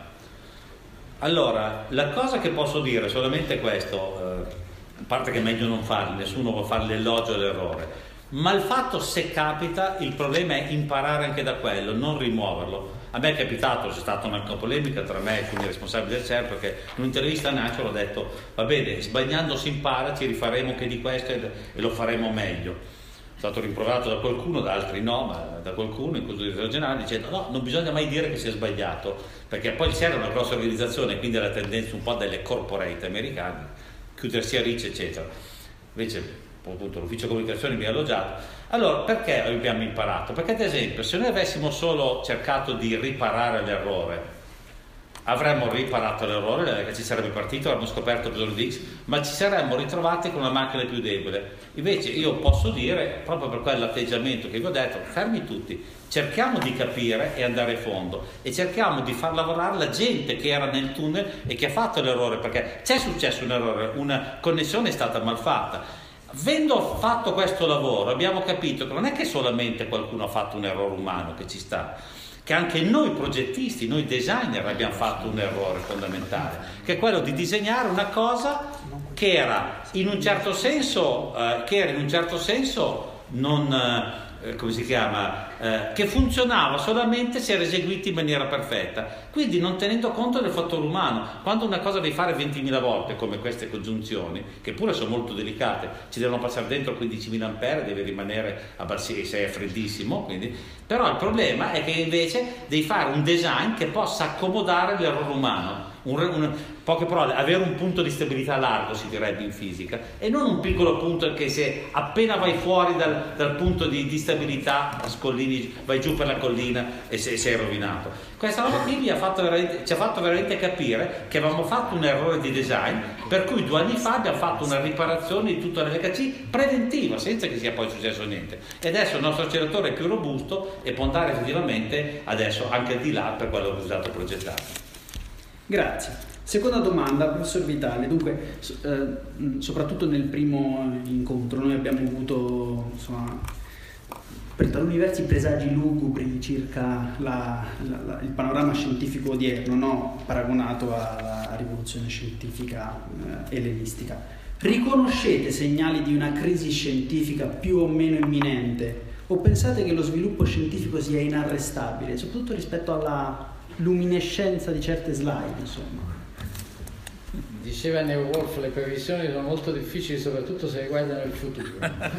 Allora, la cosa che posso dire è solamente questo, eh, a parte che è meglio non farli, nessuno può fare l'elogio dell'errore, ma il fatto, se capita, il problema è imparare anche da quello, non rimuoverlo. A me è capitato, c'è stata una polemica tra me e i responsabili del C E R, perché in un'intervista a Nacio ho detto va bene, sbagliando si impara, ci rifaremo che di questo e lo faremo meglio. È stato rimproverato da qualcuno, da altri no, ma da qualcuno, incluso il direttore generale, dicendo no, non bisogna mai dire che si è sbagliato, perché poi il C E R è una grossa organizzazione, quindi ha la tendenza un po' delle corporate americane, chiudersi a ricci, eccetera. Invece, appunto, l'ufficio comunicazione mi ha elogiato. Allora, perché abbiamo imparato? Perché, ad esempio, se noi avessimo solo cercato di riparare l'errore, avremmo riparato l'errore, che ci sarebbe partito, avremmo scoperto bisogno di X, ma ci saremmo ritrovati con una macchina più debole. Invece io posso dire, proprio per quell'atteggiamento che vi ho detto, fermi tutti, cerchiamo di capire e andare a fondo e cerchiamo di far lavorare la gente che era nel tunnel e che ha fatto l'errore, perché c'è successo un errore, una connessione è stata malfatta. Avendo fatto questo lavoro abbiamo capito che non è che solamente qualcuno ha fatto un errore umano che ci sta, che anche noi progettisti, noi designer abbiamo fatto un errore fondamentale, che è quello di disegnare una cosa che era in un certo senso, eh, che era in un certo senso non, eh, come si chiama, eh, che funzionava solamente se era eseguita in maniera perfetta, quindi non tenendo conto del fattore umano. Quando una cosa devi fare ventimila volte, come queste congiunzioni, che pure sono molto delicate, ci devono passare dentro quindicimila ampere, deve rimanere a bassi, se è freddissimo, quindi. Però il problema è che invece devi fare un design che possa accomodare l'errore umano. Un, un, poche parole, avere un punto di stabilità largo, si direbbe in fisica, e non un piccolo punto che se appena vai fuori dal, dal punto di, di stabilità scollini, vai giù per la collina e sei, sei rovinato. Questa roba qui mi ha fatto veramente, ci ha fatto veramente capire che avevamo fatto un errore di design, per cui due anni fa abbiamo fatto una riparazione di tutta l'L H C preventiva, senza che sia poi successo niente, e adesso il nostro acceleratore è più robusto e può andare effettivamente adesso anche al di là per quello che è stato progettato. Grazie. Seconda domanda, professor Vitale. Dunque, eh, soprattutto nel primo incontro noi abbiamo avuto, insomma, per taluni versi presagi lugubri circa la, la, la, il panorama scientifico odierno, no? Paragonato alla rivoluzione scientifica eh, ellenistica. Riconoscete segnali di una crisi scientifica più o meno imminente, o pensate che lo sviluppo scientifico sia inarrestabile, soprattutto rispetto alla luminescenza di certe slide, insomma? Diceva Neo Wolf, le previsioni sono molto difficili, soprattutto se riguardano il futuro.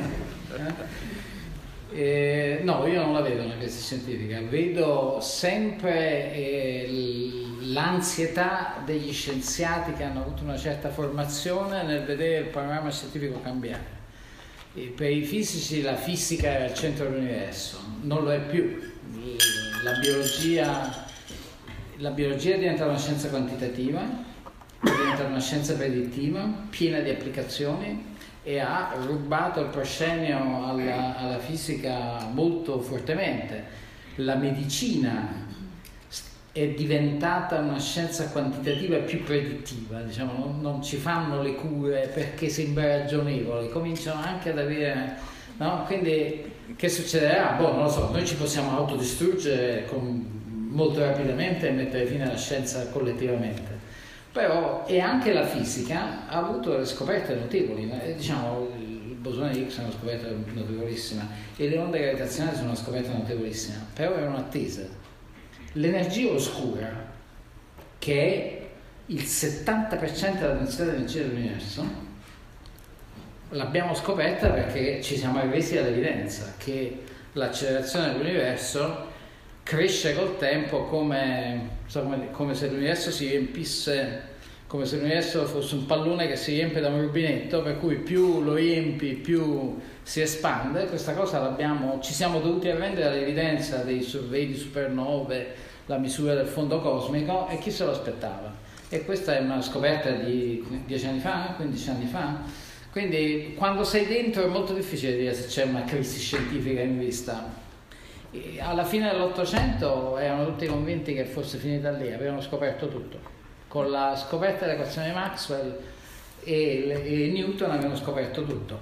eh, no, io non la vedo una crisi scientifica, vedo sempre eh, l'ansietà degli scienziati che hanno avuto una certa formazione nel vedere il panorama scientifico cambiare. E per i fisici la fisica era il centro dell'universo, non lo è più. La biologia, la biologia è diventata una scienza quantitativa, è diventata una scienza predittiva, piena di applicazioni, e ha rubato il proscenio alla, alla fisica molto fortemente. La medicina è diventata una scienza quantitativa più predittiva, diciamo, non, non ci fanno le cure perché sembra ragionevole, cominciano anche ad avere no? Quindi che succederà? Boh, non lo so, noi ci possiamo autodistruggere con, molto rapidamente e mettere fine alla scienza collettivamente. Però, e anche la fisica ha avuto delle scoperte notevoli, diciamo, il bosone di Higgs è una scoperta notevolissima e le onde gravitazionali sono una scoperta notevolissima, però erano attese. L'energia oscura, che è il settanta per cento della densità dell'energia dell'universo, l'abbiamo scoperta perché ci siamo arresi all'evidenza che l'accelerazione dell'universo cresce col tempo come, come, come se l'universo si riempisse, come se l'universo fosse un pallone che si riempie da un rubinetto, per cui più lo riempi più si espande. Questa cosa l'abbiamo, ci siamo dovuti arrendere all'evidenza dei survey di supernove, la misura del fondo cosmico, e chi se lo aspettava? E questa è una scoperta di dieci anni fa, quindici anni fa. Quindi quando sei dentro è molto difficile dire se c'è una crisi scientifica in vista. E alla fine dell'Ottocento erano tutti convinti che fosse finita lì, avevano scoperto tutto. Con la scoperta dell'equazione di Maxwell e, e Newton avevano scoperto tutto.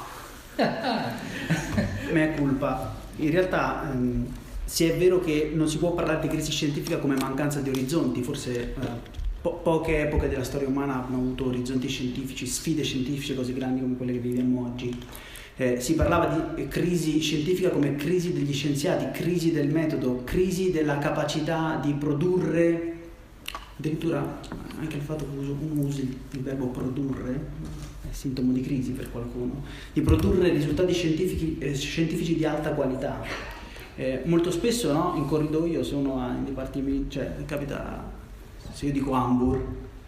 Mea culpa. In realtà ehm, se è vero che non si può parlare di crisi scientifica come mancanza di orizzonti, forse eh, po- poche epoche della storia umana hanno avuto orizzonti scientifici, sfide scientifiche così grandi come quelle che viviamo oggi. Eh, si parlava di crisi scientifica come crisi degli scienziati, crisi del metodo, crisi della capacità di produrre, addirittura anche il fatto che uno usi il verbo produrre è sintomo di crisi per qualcuno, di produrre risultati scientifici, eh, scientifici di alta qualità. Eh, molto spesso, no, in corridoio, se uno ha in dipartimento, cioè capita, se io dico Hamburg,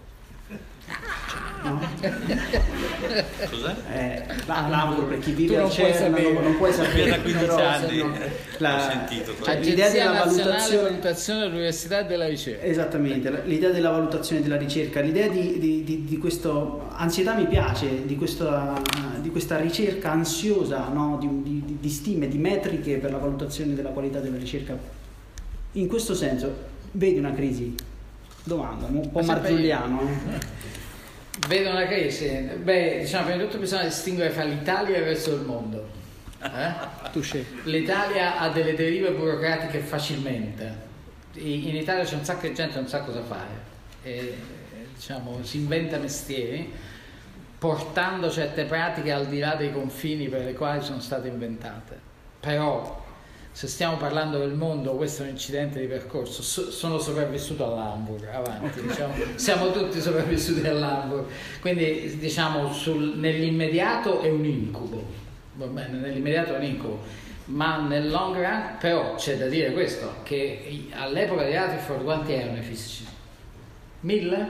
no? Cos'è? Eh, l'Hamburg per chi vive Tu al non puoi Cerno sapere. non, non puoi sapere, Da quindici però, anni no, la, ho sentito cioè, questo. l'idea Agenzia della Nazionale valutazione, Valutazione dell'Università e della Ricerca. esattamente, l'idea della valutazione della ricerca, l'idea di, di, di, di questo, ansietà mi piace, di questa, di questa ricerca ansiosa, no? di, di, di stime, di metriche per la valutazione della qualità della ricerca. In questo senso, vedi una crisi? Domanda, un po' marzulliano. Eh? Vedo una crisi? Beh, diciamo, prima di tutto bisogna distinguere fra l'Italia e il resto del mondo. Eh? Tu scegli. L'Italia ha delle derive burocratiche facilmente. In Italia c'è un sacco di gente che non sa cosa fare. E, diciamo, si inventa mestieri portando certe pratiche al di là dei confini per le quali sono state inventate. Però, se stiamo parlando del mondo, questo è un incidente di percorso. So, sono sopravvissuto all'Hamburg, avanti, diciamo, siamo tutti sopravvissuti all'Hamburg, quindi diciamo sul, nell'immediato è un incubo, va bene, nell'immediato è un incubo, ma nel long run, però c'è da dire questo, che all'epoca di Rutherford quanti erano i fisici? Mille?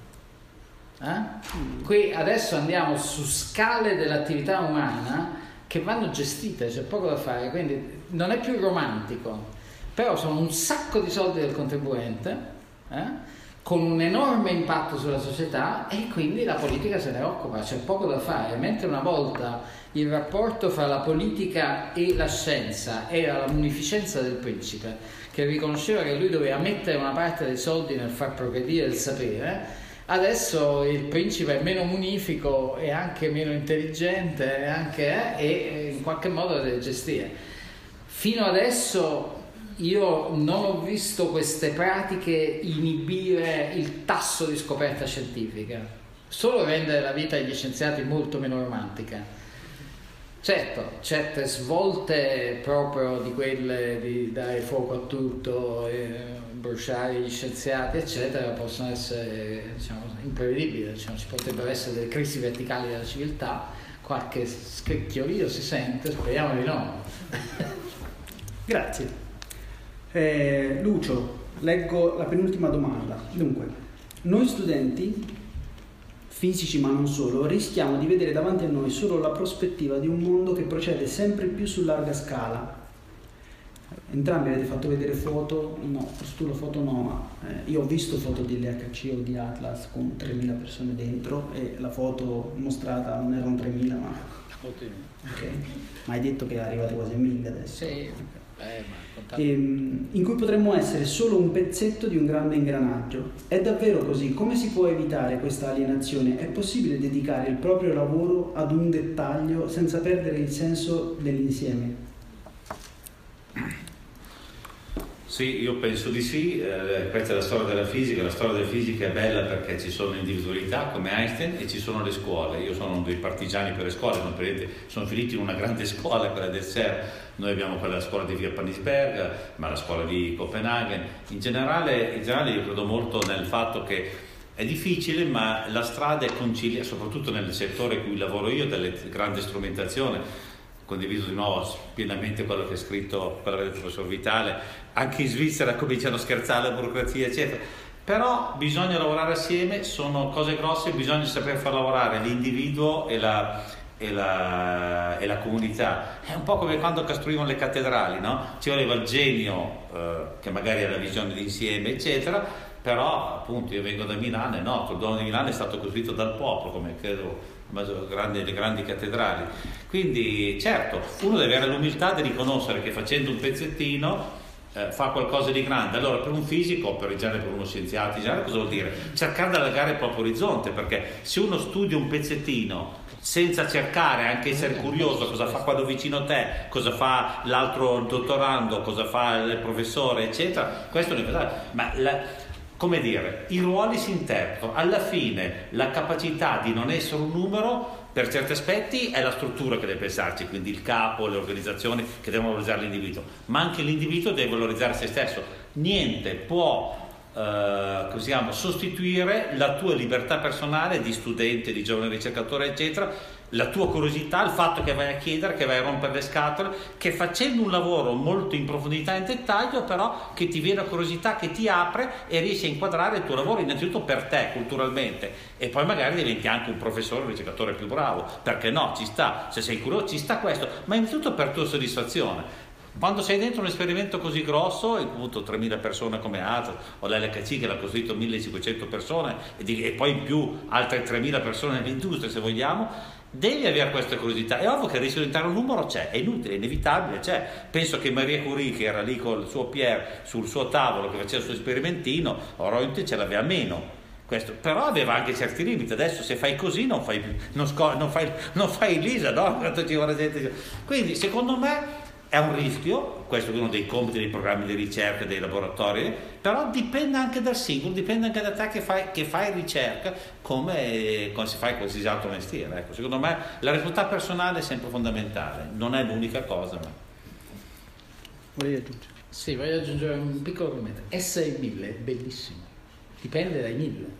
Eh? Qui adesso andiamo su scale dell'attività umana che vanno gestite, c'è poco da fare, quindi non è più romantico, però sono un sacco di soldi del contribuente, eh, con un enorme impatto sulla società, e quindi la politica se ne occupa, c'è poco da fare. Mentre una volta il rapporto fra la politica e la scienza era la munificenza del principe, che riconosceva che lui doveva mettere una parte dei soldi nel far progredire il sapere, adesso il principe è meno munifico e anche meno intelligente anche, eh, e in qualche modo lo deve gestire. Fino adesso io non ho visto queste pratiche inibire il tasso di scoperta scientifica, solo rendere la vita degli scienziati molto meno romantica. Certo, certe svolte proprio di quelle di dare fuoco a tutto, eh, bruciare gli scienziati eccetera possono essere, diciamo, imprevedibili, diciamo, ci potrebbero essere delle crisi verticali della civiltà, qualche scricchiolio si sente, speriamo di no. Grazie. Eh, Lucio, leggo la penultima domanda. Dunque, noi studenti fisici, ma non solo, rischiamo di vedere davanti a noi solo la prospettiva di un mondo che procede sempre più su larga scala. Entrambi avete fatto vedere foto, no, forse tu la foto no, ma eh, io ho visto foto di L H C o di Atlas con tremila persone dentro, e la foto mostrata non erano tremila, ma... Ottimo. Ok, ma hai detto che arrivate quasi a mille adesso. Sì. Eh, ma ehm, in cui potremmo essere solo un pezzetto di un grande ingranaggio. È davvero così? Come si può evitare questa alienazione? È possibile dedicare il proprio lavoro ad un dettaglio senza perdere il senso dell'insieme? Sì, io penso di sì. Eh, questa è la storia della fisica. La storia della fisica è bella perché ci sono individualità come Einstein e ci sono le scuole. Io sono uno dei partigiani per le scuole, non per sono finito in una grande scuola, quella del S E R. Noi abbiamo quella scuola di via Panisberg, ma la scuola di Copenaghen. In generale, in generale io credo molto nel fatto che è difficile, ma la strada è conciliare, soprattutto nel settore in cui lavoro io, delle grandi strumentazioni. Condiviso di nuovo pienamente quello che è scritto, quello che ha detto il professor Vitale. Anche in Svizzera cominciano a scherzare la burocrazia, eccetera. Però bisogna lavorare assieme, sono cose grosse, bisogna saper far lavorare l'individuo e la, e la, e la comunità. È un po' come quando costruivano le cattedrali, no? Ci voleva il genio, eh, che magari ha la visione d'insieme, eccetera. Però, appunto, io vengo da Milano e no, il Duomo di Milano è stato costruito dal popolo, come credo grandi, le grandi cattedrali. Quindi certo, uno deve avere l'umiltà di riconoscere che facendo un pezzettino eh, fa qualcosa di grande. Allora per un fisico, per, in genere per uno scienziato, in genere cosa vuol dire? Cercare di allargare il proprio orizzonte, perché se uno studia un pezzettino senza cercare, anche essere curioso cosa fa quello vicino a te, cosa fa l'altro dottorando, cosa fa il professore, eccetera, questo è una ma la come dire, i ruoli si interpretano. Alla fine la capacità di non essere un numero per certi aspetti è la struttura che deve pensarci, quindi il capo, le organizzazioni che devono valorizzare l'individuo, ma anche l'individuo deve valorizzare se stesso. Niente può eh, così chiama, sostituire la tua libertà personale di studente, di giovane ricercatore, eccetera, la tua curiosità, il fatto che vai a chiedere, che vai a rompere le scatole, che facendo un lavoro molto in profondità e in dettaglio, però che ti viene la curiosità, che ti apre e riesci a inquadrare il tuo lavoro innanzitutto per te, culturalmente, e poi magari diventi anche un professore, un ricercatore più bravo, perché no, ci sta, se sei curioso ci sta questo, ma innanzitutto per tua soddisfazione. Quando sei dentro un esperimento così grosso, appunto tremila persone come Atlas o l'L H C che l'ha costruito millecinquecento persone e, di, e poi in più altre tremila persone nell'industria, se vogliamo, devi avere questa curiosità. È ovvio che il rischio di diventare un numero c'è, è inutile, è inevitabile, c'è. Penso che Marie Curie, che era lì con il suo Pierre sul suo tavolo, che faceva il suo sperimentino, Reuter ce l'aveva meno. Questo, però aveva anche certi limiti. Adesso se fai così non fai, non sco- non fai, non fai l'ISA, no? Quindi secondo me è un rischio, questo è uno dei compiti dei programmi di ricerca, dei laboratori, però dipende anche dal singolo, dipende anche da te che fai, che fai ricerca, come, come si fa in qualsiasi altro mestiere. Ecco, secondo me la responsabilità personale è sempre fondamentale, non è l'unica cosa. Ma... Volevi aggiungere? Sì, voglio aggiungere un piccolo commento. Essere mille è bellissimo, dipende dai mille.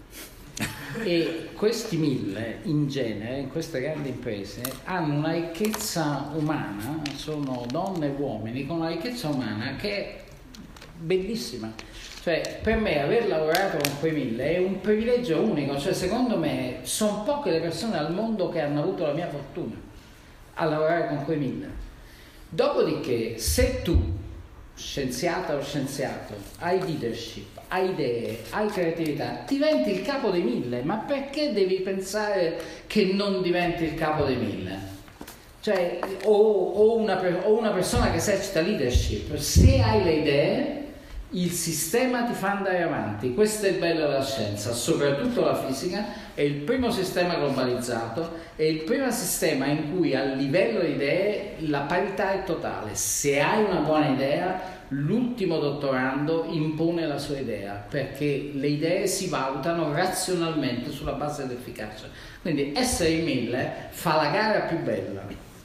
E questi mille in genere in queste grandi imprese hanno una ricchezza umana, sono donne e uomini con una ricchezza umana che è bellissima. Cioè per me aver lavorato con quei mille è un privilegio unico, cioè secondo me sono poche le persone al mondo che hanno avuto la mia fortuna a lavorare con quei mille. Dopodiché se tu, scienziata o scienziato, hai leadership, hai idee, hai creatività, diventi il capo dei mille. Ma perché devi pensare che non diventi il capo dei mille? Cioè, o, o, una, o una persona che esercita leadership, se hai le idee, il sistema ti fa andare avanti. Questo è il bello della scienza, soprattutto la fisica, è il primo sistema globalizzato, è il primo sistema in cui a livello di idee la parità è totale. Se hai una buona idea, l'ultimo dottorando impone la sua idea, perché le idee si valutano razionalmente sulla base dell'efficacia. Quindi essere in mille fa la gara più bella.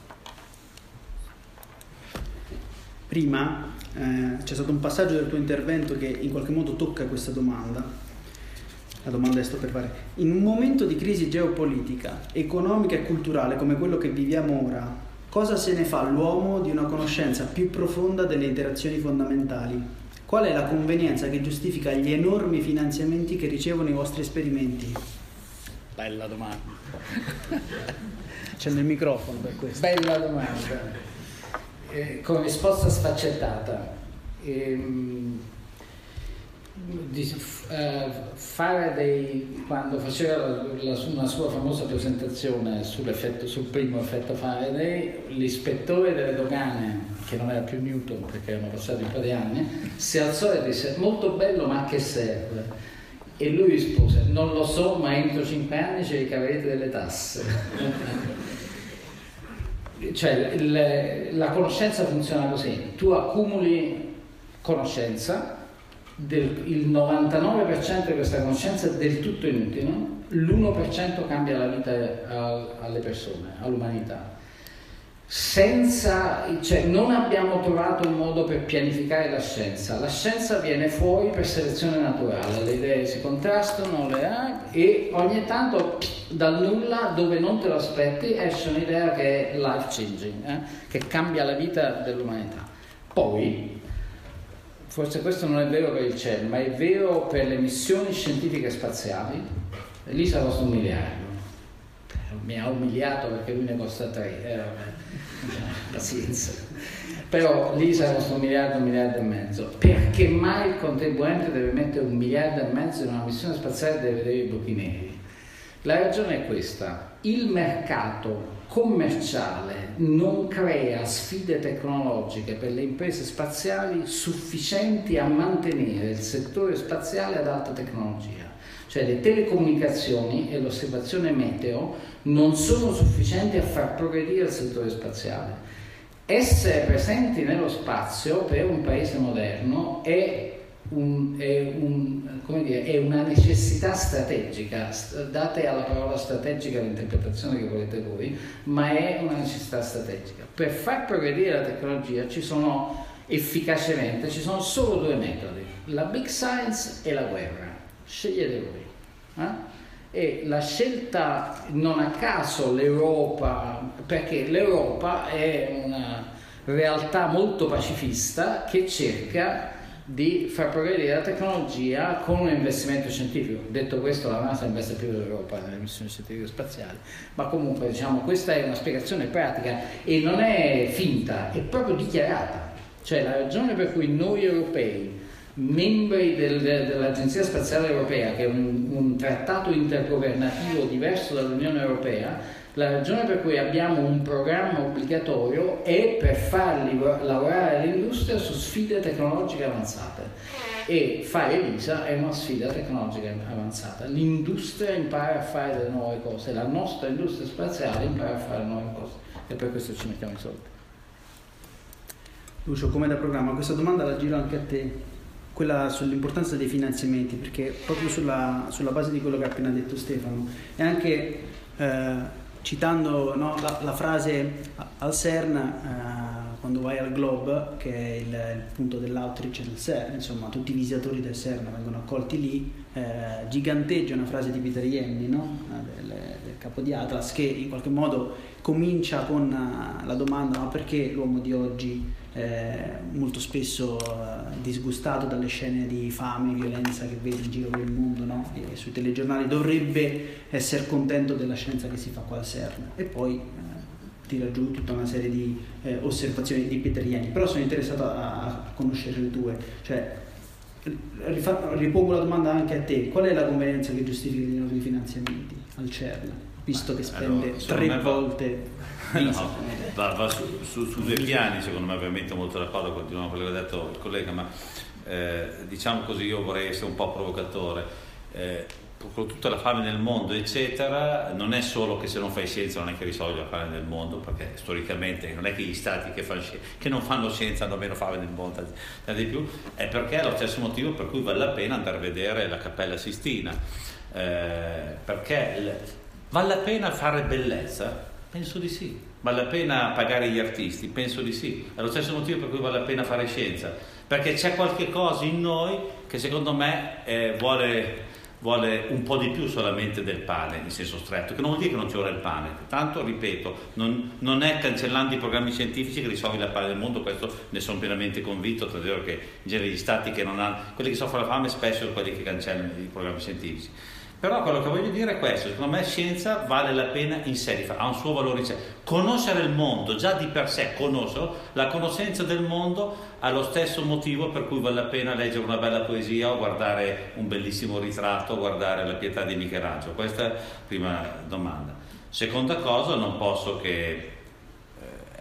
Prima eh, c'è stato un passaggio del tuo intervento che in qualche modo tocca questa domanda. La domanda che sto per fare. In un momento di crisi geopolitica, economica e culturale come quello che viviamo ora, cosa se ne fa l'uomo di una conoscenza più profonda delle interazioni fondamentali? Qual è la convenienza che giustifica gli enormi finanziamenti che ricevono i vostri esperimenti? Bella domanda. C'è nel microfono per questo. Bella domanda. Eh, con risposta sfaccettata. Ehm, di, eh, fare dei quando faceva la, la, una sua famosa presentazione sull'effetto, sul primo effetto Faraday, l'ispettore delle dogane che che non era più Newton perché erano passati un po' di anni, si alzò e disse: molto bello, ma a che serve? E lui rispose: non lo so, ma entro cinque anni ci ricaverete delle tasse. Cioè il, la conoscenza funziona così: tu accumuli conoscenza, del, il novantanove per cento di questa conoscenza è del tutto inutile, l'uno per cento cambia la vita a, alle persone, all'umanità. Senza, cioè, non abbiamo trovato un modo per pianificare la scienza. La scienza viene fuori per selezione naturale, le idee si contrastano le, eh, e ogni tanto dal nulla, dove non te lo aspetti, esce un'idea che è life changing, eh, che cambia la vita dell'umanità. Poi, forse questo non è vero per il cielo, ma è vero per le missioni scientifiche spaziali. L'I S A costa un miliardo. Mi ha umiliato perché lui ne costa tre. Eh, vabbè. Pazienza. Però l'I S A costa un miliardo, un miliardo e mezzo. Perché mai il contribuente deve mettere un miliardo e mezzo in una missione spaziale e deve vedere i buchi neri? La ragione è questa: il mercato commerciale non crea sfide tecnologiche per le imprese spaziali sufficienti a mantenere il settore spaziale ad alta tecnologia. Cioè le telecomunicazioni e l'osservazione meteo non sono sufficienti a far progredire il settore spaziale. Essere presenti nello spazio per un paese moderno è, un, è, un, come dire, è una necessità strategica. Date alla parola strategica l'interpretazione che volete voi, ma è una necessità strategica. Per far progredire la tecnologia ci sono efficacemente ci sono solo due metodi: la big science e la guerra. Scegliete voi. Eh? E la scelta, non a caso l'Europa, perché l'Europa è una realtà molto pacifista che cerca di far progredire la tecnologia con un investimento scientifico. Detto questo, la NASA investe più dell'Europa nelle missioni scientifiche spaziali, ma comunque diciamo questa è una spiegazione pratica e non è finta, è proprio dichiarata. Cioè la ragione per cui noi europei, membri del, dell'Agenzia Spaziale Europea, che è un, un trattato intergovernativo diverso dall'Unione Europea, la ragione per cui abbiamo un programma obbligatorio è per farli lavorare l'industria su sfide tecnologiche avanzate, e fare l'I S A è una sfida tecnologica avanzata. L'industria impara a fare delle nuove cose, la nostra industria spaziale impara a fare nuove cose, e per questo ci mettiamo i soldi. Lucio, come da programma, questa domanda la giro anche a te, quella sull'importanza dei finanziamenti, perché proprio sulla, sulla base di quello che ha appena detto Stefano, e anche eh, citando no, la, la frase al CERN, eh, quando vai al Globe, che è il, il punto dell'outreach del CERN, insomma tutti i visitatori del CERN vengono accolti lì, eh, giganteggia una frase di Peter Jemny, no? del, del capo di Atlas, che in qualche modo comincia con la domanda: ma perché l'uomo di oggi, Eh, molto spesso eh, disgustato dalle scene di fame e violenza che vede in giro per il mondo, no? E sui telegiornali, dovrebbe essere contento della scienza che si fa qua al CERN? E poi eh, tira giù tutta una serie di eh, osservazioni di Peter Jemny. Però sono interessato a, a conoscere le tue, cioè rifa- ripongo la domanda anche a te: qual è la convenienza che giustifica i nuovi finanziamenti al CERN, visto che spende allora, tre volte? No, va, va su, su, su due piani, secondo me. Ovviamente molto d'accordo, continuo con quello che ha detto il collega, ma eh, diciamo così, io vorrei essere un po' provocatore. Eh, con tutta la fame nel mondo eccetera, non è solo che se non fai scienza non è che risolvi la fame nel mondo, perché storicamente non è che gli stati che, fanno scienza, che non fanno scienza hanno meno fame nel mondo, di più, è perché è lo stesso motivo per cui vale la pena andare a vedere la Cappella Sistina, eh, perché il, vale la pena fare bellezza? Penso di sì. Vale la pena pagare gli artisti? Penso di sì. È lo stesso motivo per cui vale la pena fare scienza, perché c'è qualche cosa in noi che secondo me eh, vuole, vuole un po' di più solamente del pane in senso stretto, che non vuol dire che non ci vuole il pane. Tanto, ripeto, non, non è cancellando i programmi scientifici che risolvi la fame del mondo, questo ne sono pienamente convinto, tanto è vero che in genere gli stati che non hanno, quelli che soffrono la fame spesso sono quelli che cancellano i programmi scientifici. Però quello che voglio dire è questo: secondo me scienza vale la pena in sé, ha un suo valore in sé. Conoscere il mondo già di per sé, conoscerlo, la conoscenza del mondo ha lo stesso motivo per cui vale la pena leggere una bella poesia o guardare un bellissimo ritratto o guardare la Pietà di Michelangelo. Questa è la prima domanda. Seconda cosa, non posso che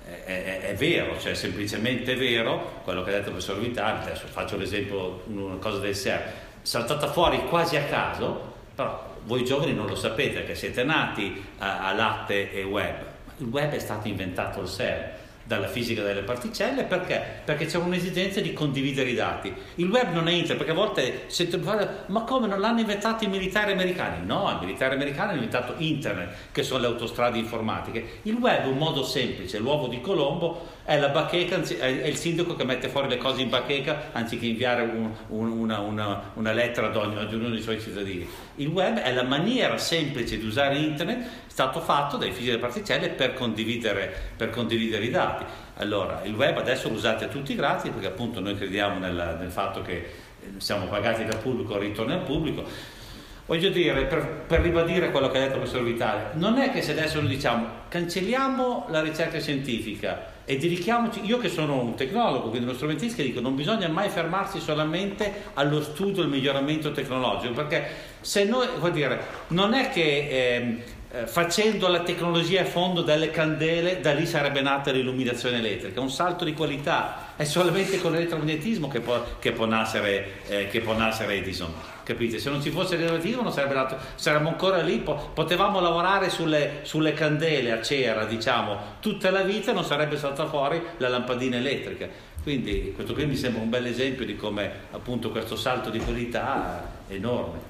è, è vero, cioè semplicemente vero quello che ha detto il professor Vitali. Adesso faccio l'esempio, una cosa del S E R, saltata fuori quasi a caso, però voi giovani non lo sapete che siete nati a, a latte e web. Il web è stato inventato al S E R dalla fisica delle particelle, perché? Perché c'è un'esigenza di condividere i dati. Il web non è internet, perché a volte sento fare, ma come non l'hanno inventato i militari americani? No, i militari americani hanno inventato internet, che sono le autostrade informatiche. Il web è un modo semplice, l'uovo di Colombo è la bacheca, è il sindaco che mette fuori le cose in bacheca anziché inviare un, un, una, una, una lettera ad ognuno, ad ognuno dei suoi cittadini. Il web è la maniera semplice di usare internet, è stato fatto dai fisici delle particelle per condividere, per condividere i dati. Allora, il web adesso lo usate tutti gratis, perché appunto noi crediamo nel, nel fatto che siamo pagati dal pubblico, ritorni al pubblico. Voglio dire, per, per ribadire quello che ha detto il professor Vitali, non è che se adesso noi diciamo cancelliamo la ricerca scientifica e dedichiamoci, io che sono un tecnologo, quindi uno strumentista, dico non bisogna mai fermarsi solamente allo studio e al miglioramento tecnologico, perché se noi, vuol dire, non è che ehm, facendo la tecnologia a fondo delle candele, da lì sarebbe nata l'illuminazione elettrica. Un salto di qualità è solamente con l'elettromagnetismo che può, che può nascere eh, che può nascere Edison, capite? Se non ci fosse l'elettromagnetismo non sarebbe nato, saremmo ancora lì, po- potevamo lavorare sulle, sulle candele a cera, diciamo, tutta la vita, non sarebbe saltata fuori la lampadina elettrica. Quindi questo qui mi sembra un bel esempio di come appunto questo salto di qualità è enorme.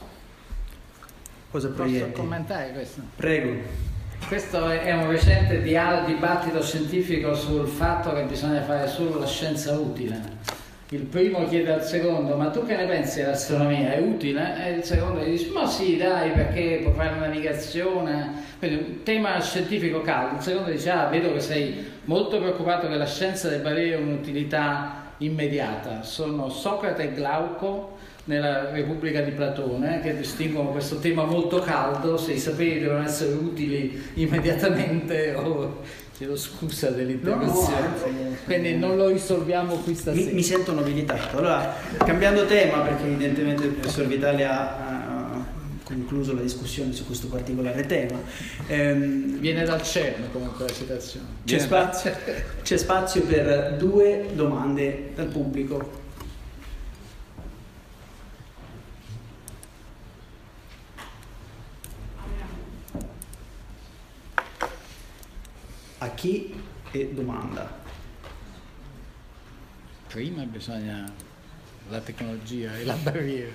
Cosa Posso proietti? commentare questo? Prego. Questo è un recente dibattito scientifico sul fatto che bisogna fare solo la scienza utile. Il primo chiede al secondo, ma tu che ne pensi dell'astronomia? È utile? E il secondo gli dice, ma sì dai, perché puoi fare navigazione. Quindi un tema scientifico caldo. Il secondo dice, ah, vedo che sei molto preoccupato che la scienza debba avere un'utilità immediata. Sono Socrate e Glauco nella Repubblica di Platone, che distinguono questo tema molto caldo, se i saperi devono essere utili immediatamente o chiedo scusa dell'interruzione, no, no, quindi non lo risolviamo qui stasera. Mi, mi sento nobilitato. Allora, cambiando tema, perché evidentemente il professor Vitali ha, ha concluso la discussione su questo particolare tema. Ehm, Viene dal CERN comunque la citazione. C'è spazio, c'è spazio per due domande dal pubblico. A chi e domanda? Prima bisogna la tecnologia e la barriera.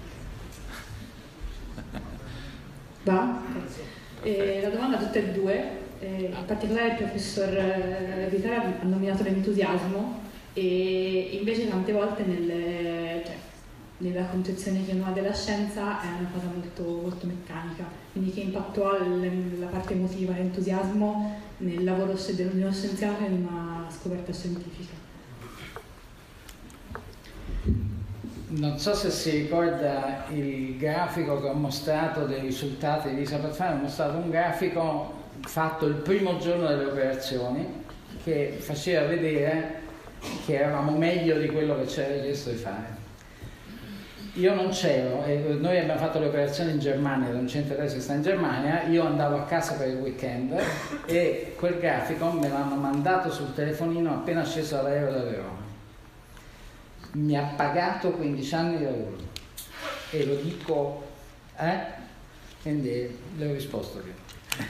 Va? Eh, la domanda a tutte e due, eh, in particolare il professor Vitali ha nominato l'entusiasmo e invece tante volte nelle, cioè, nella concezione che uno ha della scienza è una cosa molto, molto meccanica, quindi che impatto ha la parte emotiva, l'entusiasmo nel lavoro di uno scienziato e in una scoperta scientifica. Non so se si ricorda il grafico che ho mostrato dei risultati di Lisa Pazzano. Ho mostrato un grafico fatto il primo giorno delle operazioni che faceva vedere che eravamo meglio di quello che ci era chiesto di fare. Io non c'ero, e noi abbiamo fatto le operazioni in Germania, da un centro adesso che sta in Germania, io andavo a casa per il weekend e quel grafico me l'hanno mandato sul telefonino appena sceso dall'aereo da Verona. Mi ha pagato quindici anni di lavoro e lo dico, eh? Quindi le ho risposto che.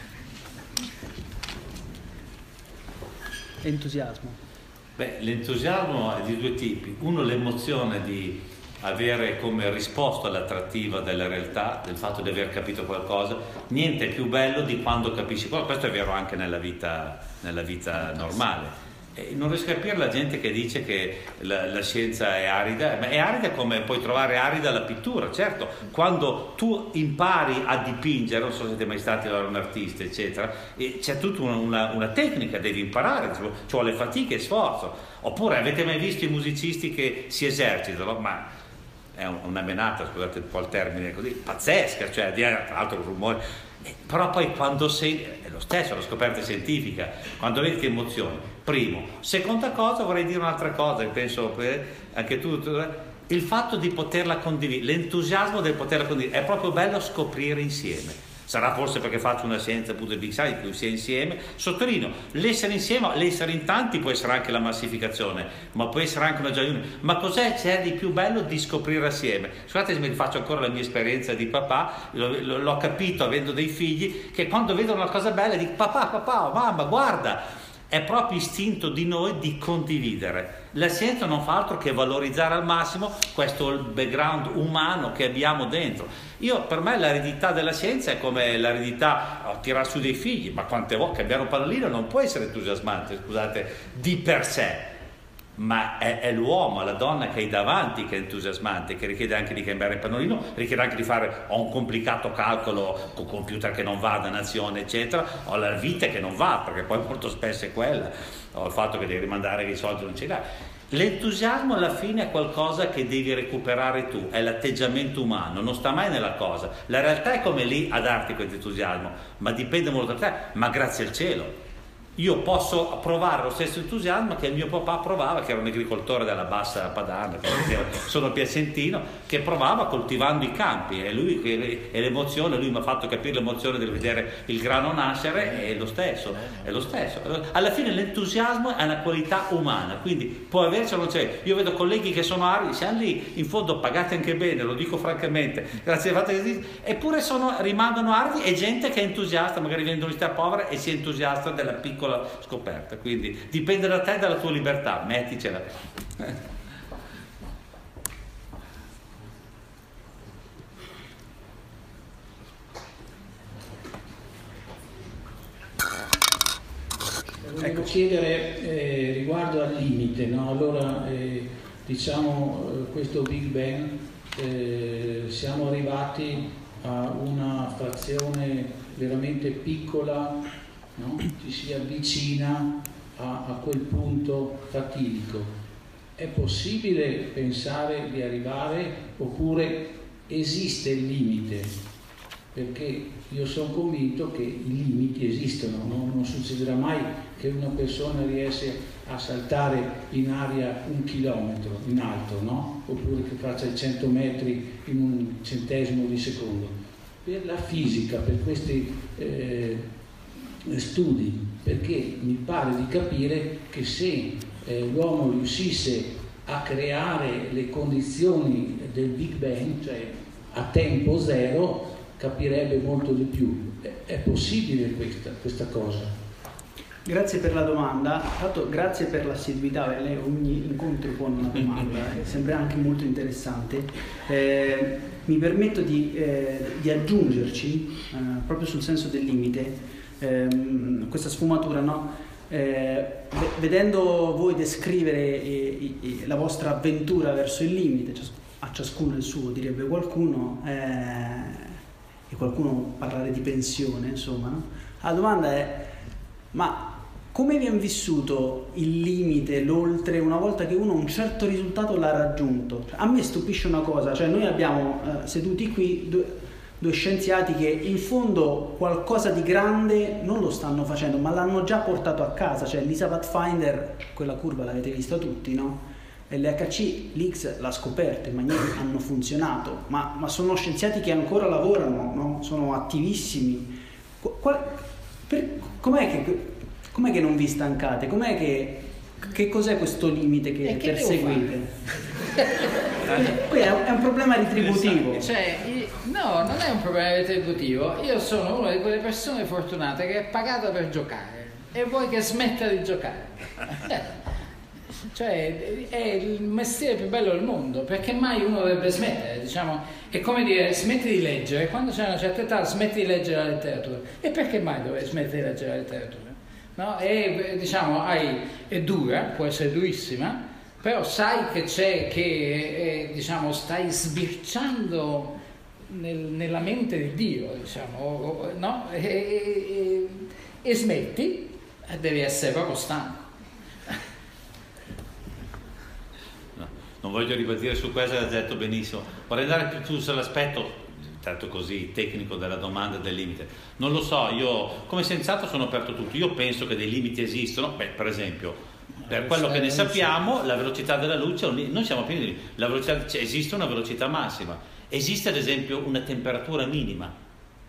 Entusiasmo. Beh, l'entusiasmo è di due tipi. Uno, l'emozione di avere come risposta all'attrattiva della realtà, del fatto di aver capito qualcosa. Niente più bello di quando capisci qualcosa. Questo è vero anche nella vita, nella vita normale. E non riesco a capire la gente che dice che la, la scienza è arida. Ma è arida come puoi trovare arida la pittura. Certo, quando tu impari a dipingere, non so se siete mai stati un artista, eccetera, e c'è tutta una, una, una tecnica, devi imparare, ci vuole fatica e sforzo. Oppure avete mai visto i musicisti che si esercitano? Ma è una menata, scusate un po' il termine così, pazzesca, cioè di altro rumore, eh, però poi quando sei, è lo stesso, la scoperta scientifica, quando vedi ti emozioni, primo. Seconda cosa, vorrei dire un'altra cosa, che penso eh, anche tu, tu, il fatto di poterla condividere, l'entusiasmo del poterla condividere, è proprio bello scoprire insieme. Sarà forse perché faccio una scienza appunto del Big Size in cui si è insieme. Sottolineo, l'essere insieme, l'essere in tanti può essere anche la massificazione, ma può essere anche una gioia. Ma cos'è c'è di più bello di scoprire assieme? Scusate se mi rifaccio ancora la mia esperienza di papà, l'ho capito avendo dei figli, che quando vedono una cosa bella dico papà, papà, mamma, guarda. È proprio istinto di noi di condividere. La scienza non fa altro che valorizzare al massimo questo background umano che abbiamo dentro. Io, per me l'eredità della scienza è come l'eredità a tirare su dei figli, ma quante volte cambiare un pannolino non può essere entusiasmante, scusate, di per sé. Ma è, è l'uomo, la donna che hai davanti che è entusiasmante, che richiede anche di cambiare il pannolino, richiede anche di fare ho un complicato calcolo con computer che non va, dannazione eccetera, ho la vita che non va perché poi molto spesso è quella, ho il fatto che devi rimandare i soldi non ce l'hai. L'entusiasmo alla fine è qualcosa che devi recuperare tu, è l'atteggiamento umano, non sta mai nella cosa, la realtà è come lì a darti questo entusiasmo, ma dipende molto da te, ma grazie al cielo. Io posso provare lo stesso entusiasmo che il mio papà provava, che era un agricoltore della bassa padana, sono piacentino, che provava coltivando i campi, e lui e l'emozione, lui mi ha fatto capire l'emozione del vedere il grano nascere, è lo stesso, è lo stesso. Alla fine l'entusiasmo è una qualità umana, quindi può averci o non c'è. Io vedo colleghi che sono aridi, siamo lì in fondo pagati anche bene, lo dico francamente, grazie al fatto che eppure sono, rimangono aridi, e gente che è entusiasta, magari viene da un'università povera e si è entusiasta della piccola scoperta, quindi dipende da te e dalla tua libertà, metticela. Volevo chiedere eh, riguardo al limite, no? Allora eh, diciamo eh, questo Big Bang eh, siamo arrivati a una frazione veramente piccola, no? Ci si avvicina a, a quel punto fatidico. È possibile pensare di arrivare oppure esiste il limite? Perché io sono convinto che i limiti esistono, no? Non succederà mai che una persona riesce a saltare in aria un chilometro in alto, no? Oppure che faccia i cento metri in un centesimo di secondo. Per la fisica, per questi eh, studi, perché mi pare di capire che se eh, l'uomo riuscisse a creare le condizioni del Big Bang, cioè a tempo zero, capirebbe molto di più. È, è possibile questa, questa cosa? Grazie per la domanda, tanto grazie per l'assiduità, lei ogni incontro pone una domanda, sembra anche molto interessante. Eh, mi permetto di, eh, di aggiungerci, eh, proprio sul senso del limite, ehm, questa sfumatura, no? Eh, vedendo voi descrivere eh, eh, la vostra avventura verso il limite, cias- a ciascuno il suo direbbe qualcuno, eh, e qualcuno parlare di pensione, insomma, no? La domanda è: ma come viene vissuto il limite, l'oltre, una volta che uno un certo risultato l'ha raggiunto? A me stupisce una cosa, cioè noi abbiamo eh, seduti qui due, due scienziati che in fondo qualcosa di grande non lo stanno facendo, ma l'hanno già portato a casa, cioè l'E S A Pathfinder, quella curva l'avete vista tutti, no? E l'H C, l'X l'ha scoperto, i magneti hanno funzionato, ma, ma sono scienziati che ancora lavorano, no? Sono attivissimi. Qual, per, com'è, che, com'è che non vi stancate? Com'è che, che cos'è questo limite che, che perseguite? Qui è, è un problema retributivo. Cioè, no, non è un problema retributivo. Io sono una di quelle persone fortunate che è pagata per giocare e vuoi che smetta di giocare. Cioè, è il mestiere più bello del mondo, perché mai uno dovrebbe smettere, diciamo, è come dire smetti di leggere, quando c'è una certa età smetti di leggere la letteratura, e perché mai dovrei smettere di leggere la letteratura? No? E diciamo, hai, è dura, può essere durissima, però sai che c'è, che eh, diciamo, stai sbirciando nel, nella mente di Dio, diciamo, no? e, e, e, e smetti, devi essere proprio stanco. Non voglio ribadire su questo, l'ha detto benissimo, vorrei andare più sull'aspetto, tanto così, tecnico della domanda del limite. Non lo so, io come scienziato sono aperto a tutto, io penso che dei limiti esistono, beh, per esempio, per quello che ne sappiamo, la velocità della luce, noi siamo pieni di la velocità, cioè, esiste una velocità massima, esiste ad esempio una temperatura minima,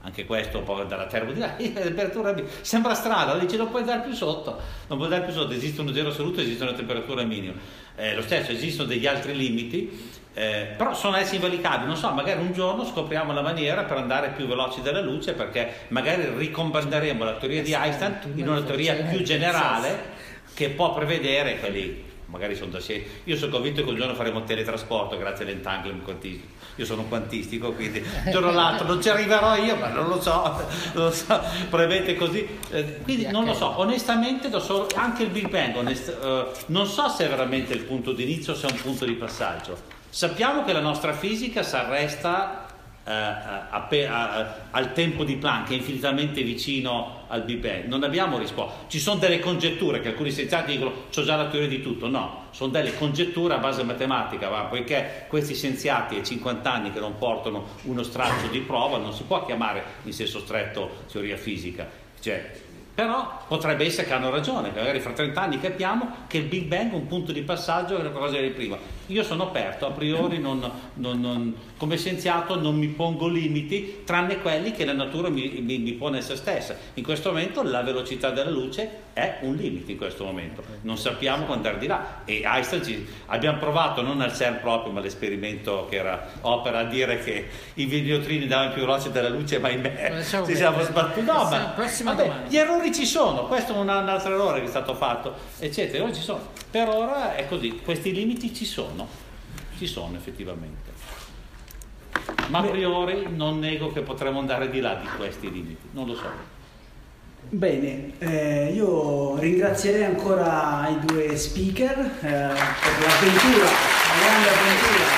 anche questo un po' dalla termodinamica, la temperatura sembra strana, dice non puoi andare più sotto, non puoi andare più sotto, esiste uno zero assoluto, esiste una temperatura minima, eh, lo stesso, esistono degli altri limiti, eh, però sono essi invalicabili, non so, magari un giorno scopriamo la maniera per andare più veloci della luce, perché magari ricombinderemo la teoria di Einstein in una teoria più generale che può prevedere quelli. Magari sono da sé. Io sono convinto che un giorno faremo teletrasporto grazie all'entanglement quantistico. Io sono un quantistico, quindi un giorno o l'altro non ci arriverò io, ma non lo so, non lo so, probabilmente così. Eh, quindi non lo so, onestamente do solo, anche il Big Bang, onest, eh, non so se è veramente il punto di inizio o se è un punto di passaggio. Sappiamo che la nostra fisica si arresta Uh, a, a, al tempo di Planck, è infinitamente vicino al Big Bang. Non abbiamo risposta. Ci sono delle congetture che alcuni scienziati dicono c'ho già la teoria di tutto. No, sono delle congetture a base matematica, ma poiché questi scienziati è cinquanta anni che non portano uno straccio di prova, non si può chiamare in senso stretto teoria fisica. Cioè, però potrebbe essere che hanno ragione, che magari fra trenta anni capiamo che il Big Bang è un punto di passaggio, è una cosa di prima. Io sono aperto, a priori non, non, non, come scienziato non mi pongo limiti, tranne quelli che la natura mi, mi, mi pone a se stessa. In questo momento la velocità della luce è un limite, in questo momento non sappiamo quando andare di là, e Einstein ci, abbiamo provato, non al CERN proprio, ma l'esperimento che era opera, a dire che i videotrini davano più veloce della luce, ma ahimè ci siamo sbattuti. No, ma vabbè, gli errori ci sono, questo è un, un altro errore che è stato fatto, eccetera. Ora ci sono. Per ora è così, questi limiti ci sono, ci sono effettivamente. Ma a priori non nego che potremmo andare di là di questi limiti, non lo so. Bene, eh, io ringrazierei ancora i due speaker eh, per l'avventura, la grande avventura.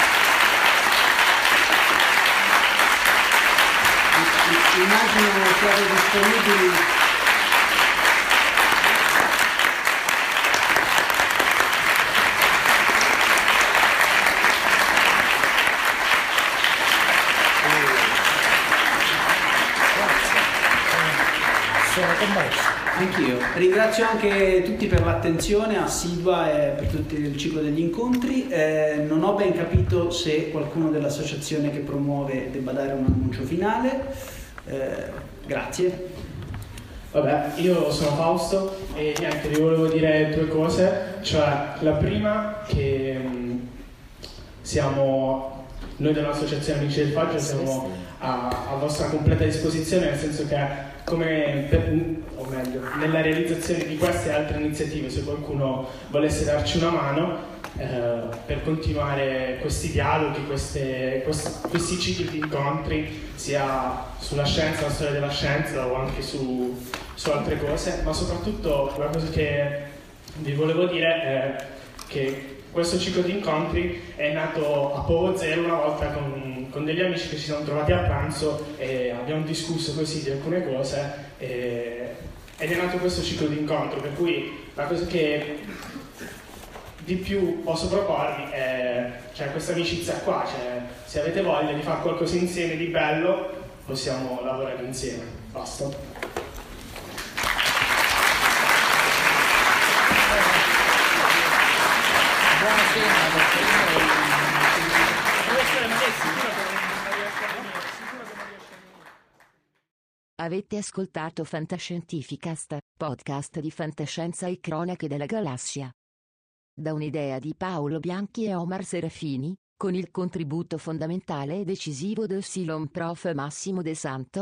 Immagino siate disponibili. Anch'io. Ringrazio anche tutti per l'attenzione assidua e per tutto il ciclo degli incontri. Eh, non ho ben capito se qualcuno dell'associazione che promuove debba dare un annuncio finale. Eh, grazie. Vabbè, io sono Fausto e niente, vi volevo dire due cose. Cioè, la prima che mh, siamo, noi dell'associazione Amici del Faggio siamo a, a vostra completa disposizione, nel senso che come per, o meglio, nella realizzazione di queste e altre iniziative, se qualcuno volesse darci una mano eh, per continuare questi dialoghi, queste, questi, questi cicli di incontri, sia sulla scienza, la storia della scienza o anche su, su altre cose, ma soprattutto la cosa che vi volevo dire è che questo ciclo di incontri è nato a Povo Zero una volta con, con degli amici che ci siamo trovati a pranzo e abbiamo discusso così di alcune cose e, ed è nato questo ciclo di incontro, per cui la cosa che di più posso proporvi è cioè, questa amicizia qua, cioè, se avete voglia di fare qualcosa insieme di bello possiamo lavorare insieme, basta. Avete ascoltato Fantascientificast, podcast di fantascienza e cronache della galassia. Da un'idea di Paolo Bianchi e Omar Serafini, con il contributo fondamentale e decisivo del Silon Prof Massimo De Santo.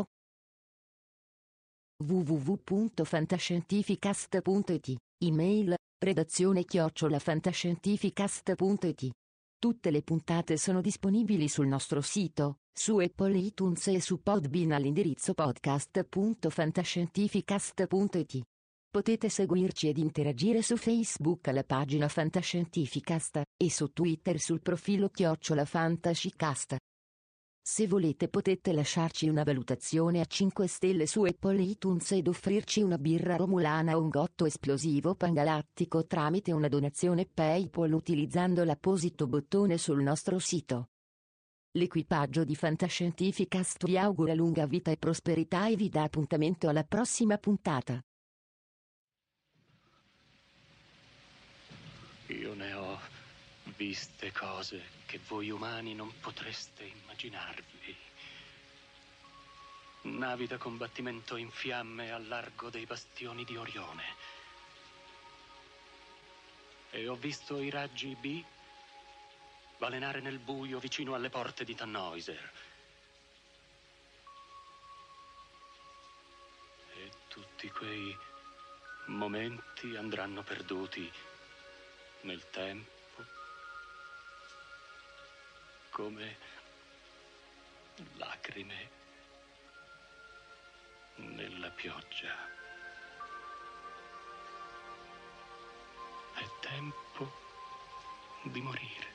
w w w punto fantascientificast punto i t, email, redazione chiocciola fantascientificast punto i t. Tutte le puntate sono disponibili sul nostro sito, su Apple iTunes e su Podbean all'indirizzo podcast punto fantascientificast punto i t. Potete seguirci ed interagire su Facebook alla pagina Fantascientificast e su Twitter sul profilo chiocciola Fantascicast. Se volete potete lasciarci una valutazione a cinque stelle su Apple iTunes ed offrirci una birra romulana o un gotto esplosivo pangalattico tramite una donazione PayPal utilizzando l'apposito bottone sul nostro sito. L'equipaggio di Fantascientificast vi augura lunga vita e prosperità e vi dà appuntamento alla prossima puntata. Io ne ho viste cose che voi umani non potreste immaginarvi. navi da combattimento in fiamme al largo dei bastioni di Orione. E ho visto i raggi B balenare nel buio vicino alle porte di Tannhäuser. E tutti quei momenti andranno perduti nel tempo, come lacrime nella pioggia. È tempo di morire.